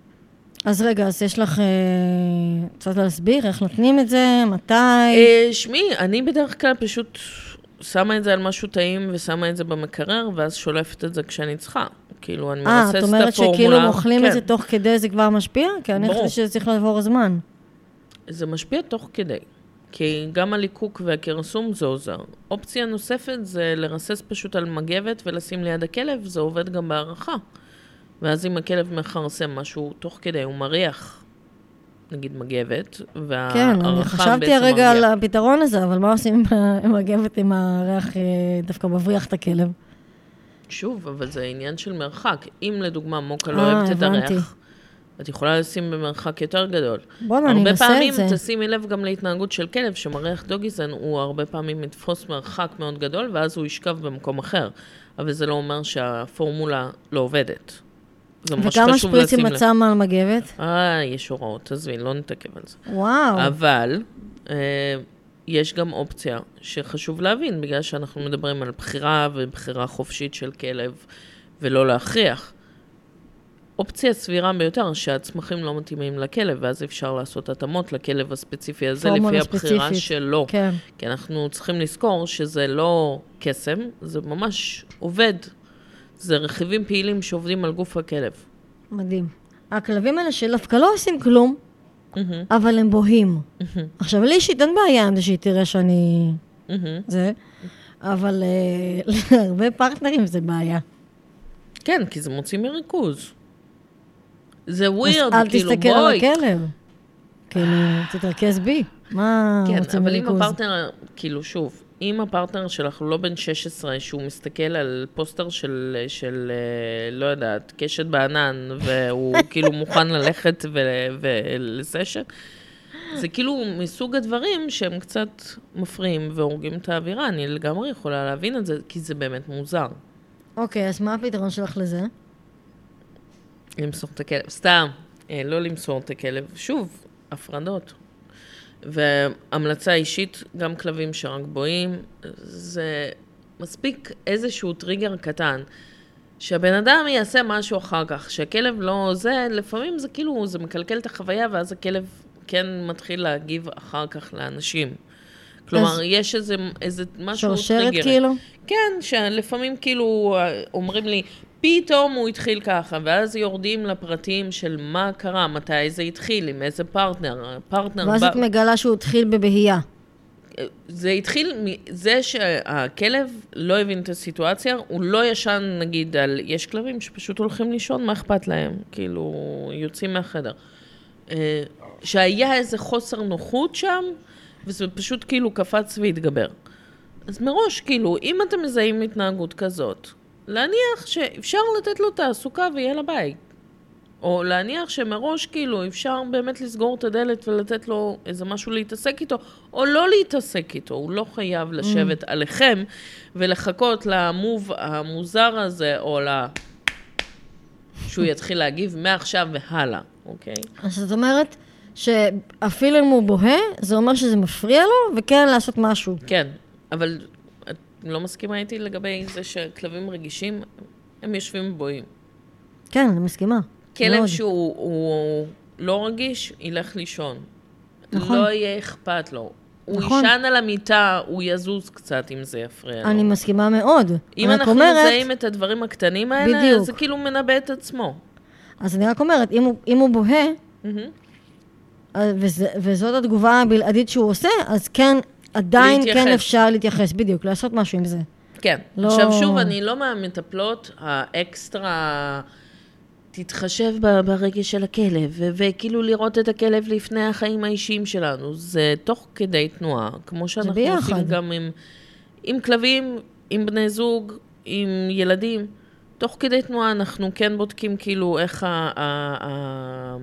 אז רגע, אז יש לך, צריך להסביר איך נותנים את זה, מתי? אה, שמי, אני בדרך כלל פשוט שמה את זה על משהו טעים ושמה את זה במקרר, ואז שולפת את זה כשאני צריכה. כאילו, אני מרסס את הפורמולה. אה, את אומרת שכאילו מוכלים כן. את זה תוך כדי, זה כבר משפיע? כי אני חושבת שזה צריך לעבור זמן. זה משפיע תוך כדי. כי גם הליקוק והקרסום זה עוזר. אופציה נוספת זה לרסס פשוט על מגבת ולשים ליד הכלב, זה עובד גם בערכה. ואז אם הכלב מחרסם משהו תוך כדי, הוא מריח, נגיד מגבת, והערכה בעצם כן, אני חשבתי הרגע על הפתרון הזה, אבל מה עושים עם מגבת אם הריח דווקא מבריח את הכלב? שוב, אבל זה עניין של מרחק. אם לדוגמה מוקה לא אוהבת את הריח, את יכולה לשים במרחק יותר גדול. בוא, אני אנסה את זה. הרבה פעמים תשימי לב גם להתנהגות של כלב, שמריח דוגיזן הוא הרבה פעמים מתפוס מרחק מאוד גדול, ואז הוא ישכב במקום אחר. אבל זה לא אומר שהפורמולה לא עובדת. וכמה שפריצים מצא על מגבת? אה, יש הוראות, תזמין, לא נתעכב על זה. וואו. אבל אה, יש גם אופציה שחשוב להבין, בגלל שאנחנו מדברים על בחירה ובחירה חופשית של כלב, ולא להכריח. אופציה סבירה ביותר שהצמחים לא מתאימים לכלב, ואז אפשר לעשות התאמות לכלב הספציפי הזה, לפי הבחירה שלו. כן. כי אנחנו צריכים לזכור שזה לא קסם, זה ממש עובד. זה רכיבים פעילים שעובדים על גוף הכלב. מדהים. הכלבים האלה שדווקא לא עושים כלום, mm-hmm. אבל הם בוהים. Mm-hmm. עכשיו, לי אישית אין בעיה עם זה שהיא תראה שאני... Mm-hmm. זה, אבל uh, להרבה פרטנרים זה בעיה. כן, כי זה מוציא מריכוז. זה ווירד, אז כאילו, אל תסתכל על הכלב. כאילו, תתרכז בי. מה כן, מוציא אבל מריכוז? אם הפרטנר, כאילו, שוב, אם הפרטנר שלך הוא לא בן שש עשרה, שהוא מסתכל על פוסטר של, של לא יודעת, קשת בענן, והוא כאילו מוכן ללכת ולסשן, זה כאילו מסוג הדברים שהם קצת מפריעים והורגים את האווירה. אני לגמרי יכולה להבין את זה, כי זה באמת מוזר. אוקיי, אז מה הפתרון שלך לזה? למסור את הכלב. סתם, לא למסור את הכלב. שוב, הפרדות. והמלצה אישית, גם כלבים שרק בואים, זה מספיק איזשהו טריגר קטן, שהבן אדם יעשה משהו אחר כך, שהכלב לא זה, לפעמים זה כאילו, זה מקלקל את החוויה, ואז הכלב כן מתחיל להגיב אחר כך לאנשים. כלומר, יש איזה, איזה משהו שרשרת טריגרי. כאילו? כן, שלפעמים כאילו אומרים לי, פתאום הוא התחיל ככה, ואז יורדים לפרטים של מה קרה, מתי זה התחיל, עם איזה פרטנר, פרטנר... ואז את מגלה שהוא התחיל בבהייה. זה התחיל מזה שהכלב לא הבין את הסיטואציה, הוא לא ישן, נגיד, על... יש כלבים שפשוט הולכים לישון, מה אכפת להם? כאילו, יוצאים מהחדר. שהיה איזה חוסר נוחות שם, וזה פשוט כאילו קפץ והתגבר. אז מראש, כאילו, אם אתם מזהים התנהגות כזאת, להניח שאפשר לתת לו תעסוקה ויהיה לבית. או להניח שמראש, כאילו, אפשר באמת לסגור את הדלת ולתת לו איזה משהו להתעסק איתו, או לא להתעסק איתו. הוא לא חייב לשבת mm. עליכם ולחכות למוב המוזר הזה, או ל... שהוא יתחיל להגיב מעכשיו והלאה, אוקיי? אז זאת אומרת שאפילו אם הוא בוהה, זה אומר שזה מפריע לו, וכן לעשות משהו. כן, אבל את לא מסכימה איתי לגבי זה שכלבים רגישים, הם יושבים ובוהים. כן, אני מסכימה. כלב מאוד. שהוא הוא לא רגיש, ילך לישון. נכון. לא יהיה אכפת לו. הוא נכון. ישן על המיטה, הוא יזוז קצת אם זה יפריע לו. אני מסכימה מאוד. אם אנחנו אומרת, מזהים את הדברים הקטנים האלה, בדיוק. זה כאילו מנבא את עצמו. אז אני רק אומרת, אם הוא, אם הוא בוהה, mm-hmm. וזה, וזאת התגובה הבלעדית שהוא עושה, אז כן, עדיין להתייחס. כן אפשר להתייחס, בדיוק, לעשות משהו עם זה. כן. לא... עכשיו שוב, אני לא מהמטפלות האקסטרה... תתחשב ברגש של הכלב, וכאילו לראות את הכלב לפני החיים האישיים שלנו. זה תוך כדי תנועה, כמו שאנחנו עושים גם עם, עם כלבים, עם בני זוג, עם ילדים. תוך כדי תנועה אנחנו כן בודקים כאילו איך ה, ה, ה,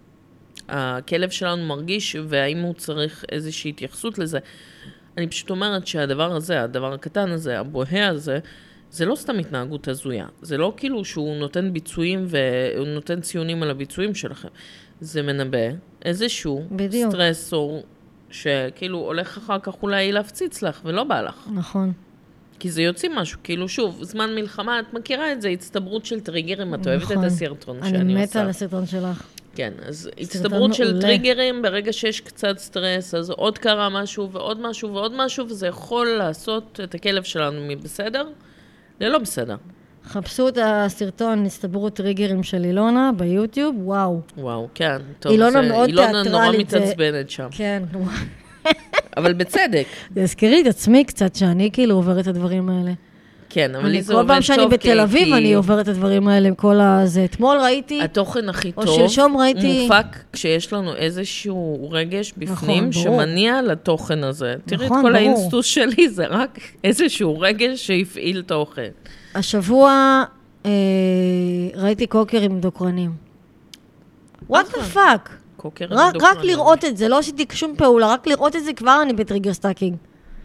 הכלב שלנו מרגיש, והאם הוא צריך איזושהי התייחסות לזה. אני פשוט אומרת שהדבר הזה, הדבר הקטן הזה, הבוהה הזה, זה לא סתם התנהגות הזויה. זה לא כאילו שהוא נותן ביצועים והוא נותן ציונים על הביצועים שלכם. זה מנבא איזשהו בדיוק. סטרסור שכאילו הולך אחר כך אולי להפציץ לך ולא בא לך. נכון. כי זה יוצא משהו, כאילו שוב, זמן מלחמה, את מכירה את זה, הצטברות של טריגרים, את אוהבת את הסרטון שאני עושה. אני מתה על הסרטון שלך. כן, אז הצטברות של טריגרים, ברגע שיש קצת סטרס, אז עוד קרה משהו ועוד משהו ועוד משהו, וזה יכול לעשות את הכלב שלנו מבסדר. זה לא בסדר. חפשו את הסרטון, הסתברות טריגרים של אילונה ביוטיוב, וואו. וואו, כן. טוב, אילונה זה, מאוד אילונה תיאטרלית. נורא מתעצבנת שם. כן. אבל בצדק. זה הזכירי את עצמי קצת, שאני כאילו עוברת את הדברים האלה. כן, אבל לי זה עובד טוב. כל פעם שאני בתל אביב, כי... אני עוברת את הדברים האלה עם כל הזה. אתמול ראיתי... התוכן הכי טוב, שלשום ראיתי... מופק כשיש לנו איזשהו רגש בפנים, נכון, שמניע לתוכן הזה. תראי נכון, את כל ברור. האינסטוס שלי, זה רק איזשהו רגש שהפעיל תוכן. השבוע אה, ראיתי קוקר עם דוקרנים. What the fuck? קוקר רק, עם דוקרנים. רק לראות את זה, לא עשיתי שום פעולה, רק לראות את זה כבר אני בטריגר סטאקינג.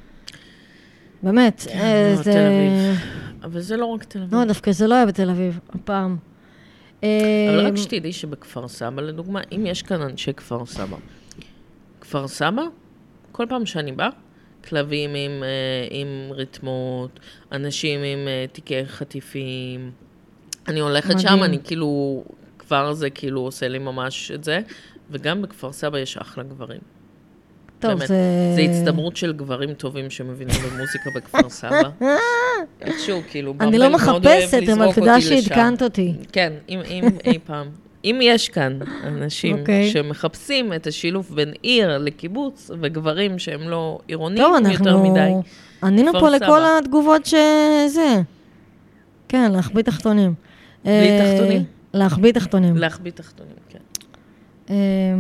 באמת. כן, אה, לא, זה... תל אביב. אבל זה לא רק תל אביב. לא, דווקא זה לא היה בתל אביב, הפעם. אבל רק שתדעי שבכפר סבא, לדוגמה, אם יש כאן אנשי כפר סבא, כפר סבא, כל פעם שאני באה, כלבים עם, עם ריתמות, אנשים עם תיקי חטיפים, אני הולכת מדהים. שם, אני כאילו, כבר זה כאילו עושה לי ממש את זה, וגם בכפר סבא יש אחלה גברים. טוב, באמת, זה... זה הצטברות של גברים טובים שמבינים במוזיקה בכפר סבא. איכשהו, כאילו, אני לא מחפשת, אבל תדע שהתקנת אותי. כן, אם, אם אי פעם. אם יש כאן אנשים okay. שמחפשים את השילוב בין עיר לקיבוץ, וגברים שהם לא עירונים טוב, יותר אנחנו... מדי. ענינו פה סבא. לכל התגובות שזה. כן, להחביא תחתונים. בלי תחתונים? להחביא תחתונים. להחביא תחתונים, כן.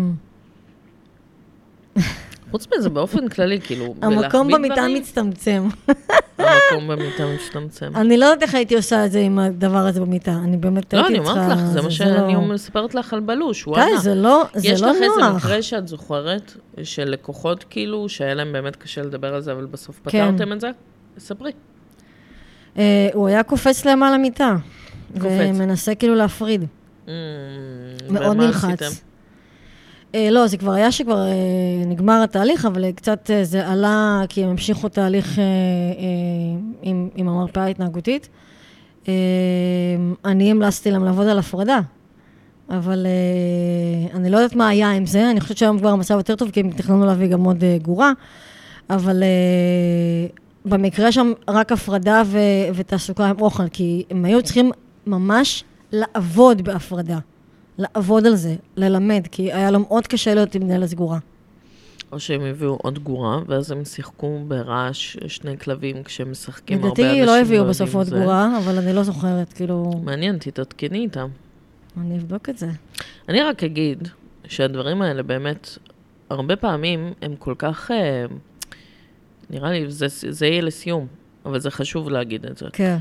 חוץ מזה, באופן כללי, כאילו, המקום במיטה מצטמצם. המקום במיטה מצטמצם. אני לא יודעת איך הייתי עושה את זה עם הדבר הזה במיטה. אני באמת הייתי צריכה... לא, אני אומרת לך, זה מה שאני מספרת לך על בלוש, הוא ענה. זה לא נוח. יש לך איזה מקרה שאת זוכרת, של לקוחות כאילו, שהיה להם באמת קשה לדבר על זה, אבל בסוף פתרתם את זה? ספרי. הוא היה קופץ להם על המיטה. ומנסה כאילו להפריד. מאוד נלחץ. לא, זה כבר היה שכבר נגמר התהליך, אבל קצת זה עלה, כי הם המשיכו תהליך עם, עם המרפאה ההתנהגותית. אני המלצתי להם לעבוד על הפרדה. אבל uh, אני לא יודעת מה היה עם זה, אני חושבת שהיום כבר המצב יותר טוב, כי הם תכננו להביא גם עוד uh, גורה, אבל uh, במקרה שם רק הפרדה ו- ותעסוקה עם אוכל, כי הם היו צריכים ממש לעבוד בהפרדה, לעבוד על זה, ללמד, כי היה להם עוד קשה להיות עם מנהלת גורה. או שהם הביאו עוד גורה, ואז הם שיחקו ברעש שני כלבים כשהם משחקים הרבה אנשים. לדעתי לא הביאו בסוף עוד גורה, אבל אני לא זוכרת, כאילו... מעניין, תתעדכני איתם. אני אבדוק את זה. אני רק אגיד שהדברים האלה באמת, הרבה פעמים הם כל כך... נראה לי, זה, זה יהיה לסיום, אבל זה חשוב להגיד את זה. כן.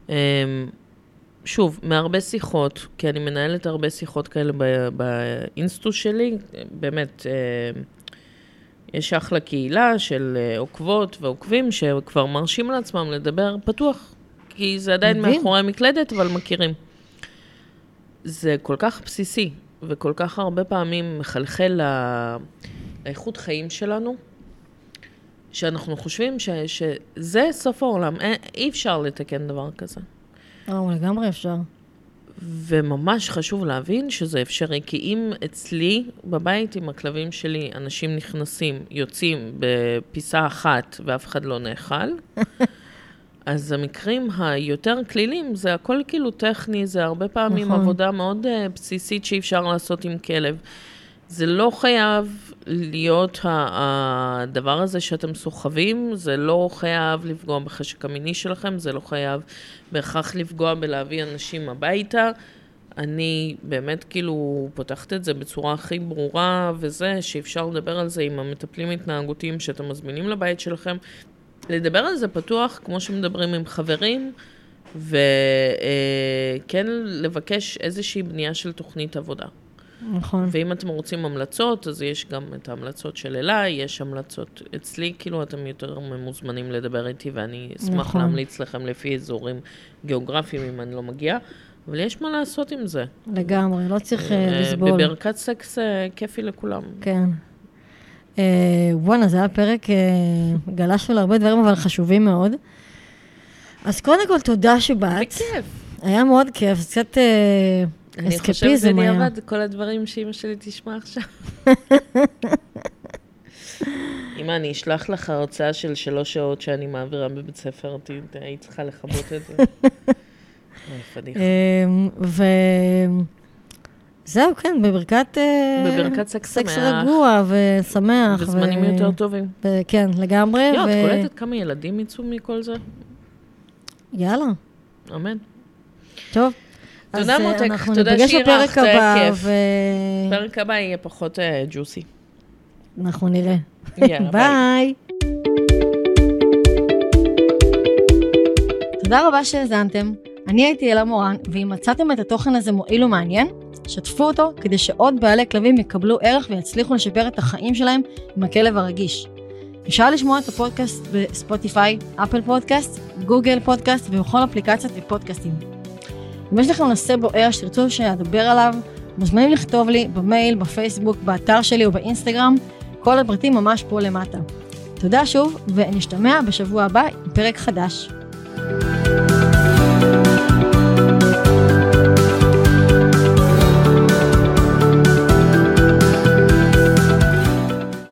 שוב, מהרבה שיחות, כי אני מנהלת הרבה שיחות כאלה באינסטו שלי, באמת... יש אחלה קהילה של עוקבות ועוקבים שכבר מרשים לעצמם לדבר פתוח, כי זה עדיין מאחורי המקלדת, אבל מכירים. זה כל כך בסיסי, וכל כך הרבה פעמים מחלחל לאיכות חיים שלנו, שאנחנו חושבים ש, שזה סוף העולם, אי אפשר לתקן דבר כזה. אה, לגמרי אפשר. וממש חשוב להבין שזה אפשרי, כי אם אצלי בבית עם הכלבים שלי אנשים נכנסים, יוצאים בפיסה אחת ואף אחד לא נאכל, אז המקרים היותר כלילים זה הכל כאילו טכני, זה הרבה פעמים נכון. עבודה מאוד uh, בסיסית שאי אפשר לעשות עם כלב. זה לא חייב להיות הדבר הזה שאתם סוחבים, זה לא חייב לפגוע בחשק המיני שלכם, זה לא חייב בהכרח לפגוע בלהביא אנשים הביתה. אני באמת כאילו פותחת את זה בצורה הכי ברורה, וזה שאפשר לדבר על זה עם המטפלים התנהגותיים שאתם מזמינים לבית שלכם. לדבר על זה פתוח כמו שמדברים עם חברים, וכן לבקש איזושהי בנייה של תוכנית עבודה. נכון. ואם אתם רוצים המלצות, אז יש גם את ההמלצות של אליי, יש המלצות אצלי, כאילו אתם יותר מוזמנים לדבר איתי, ואני אשמח נכון. להמליץ לכם לפי אזורים גיאוגרפיים אם אני לא מגיעה, אבל יש מה לעשות עם זה. לגמרי, לא צריך לסבול. בברכת סקס כיפי לכולם. כן. וואנה, זה היה פרק, גלשנו להרבה דברים, אבל חשובים מאוד. אז קודם כל, תודה שבאת. בכיף. היה מאוד כיף, זה קצת... אני חושבת בדיעבד, כל הדברים שאמא שלי תשמע עכשיו. אמא, אני אשלח לך הרצאה של שלוש שעות שאני מעבירה בבית ספר, היית צריכה לחבות את זה. פדיחה. וזהו, כן, בברכת... בברכת סקס שמח. סקס רגוע ושמח. וזמנים יותר טובים. כן, לגמרי. יו, את קולטת כמה ילדים יצאו מכל זה? יאללה. אמן. טוב. תודה מותק, תודה שירחת, כיף. פרק הבא יהיה פחות ג'וסי. אנחנו נראה. יאללה, ביי. תודה רבה שהזנתם. אני הייתי אלה מורן, ואם מצאתם את התוכן הזה מועיל ומעניין, שתפו אותו כדי שעוד בעלי כלבים יקבלו ערך ויצליחו לשפר את החיים שלהם עם הכלב הרגיש. אפשר לשמוע את הפודקאסט בספוטיפיי, אפל פודקאסט, גוגל פודקאסט ובכל אפליקציות ופודקאסטים. אם יש לכם נושא בוער שתרצו שנדבר עליו, מוזמנים לכתוב לי במייל, בפייסבוק, באתר שלי או באינסטגרם, כל הפרטים ממש פה למטה. תודה שוב, ונשתמע בשבוע הבא עם פרק חדש.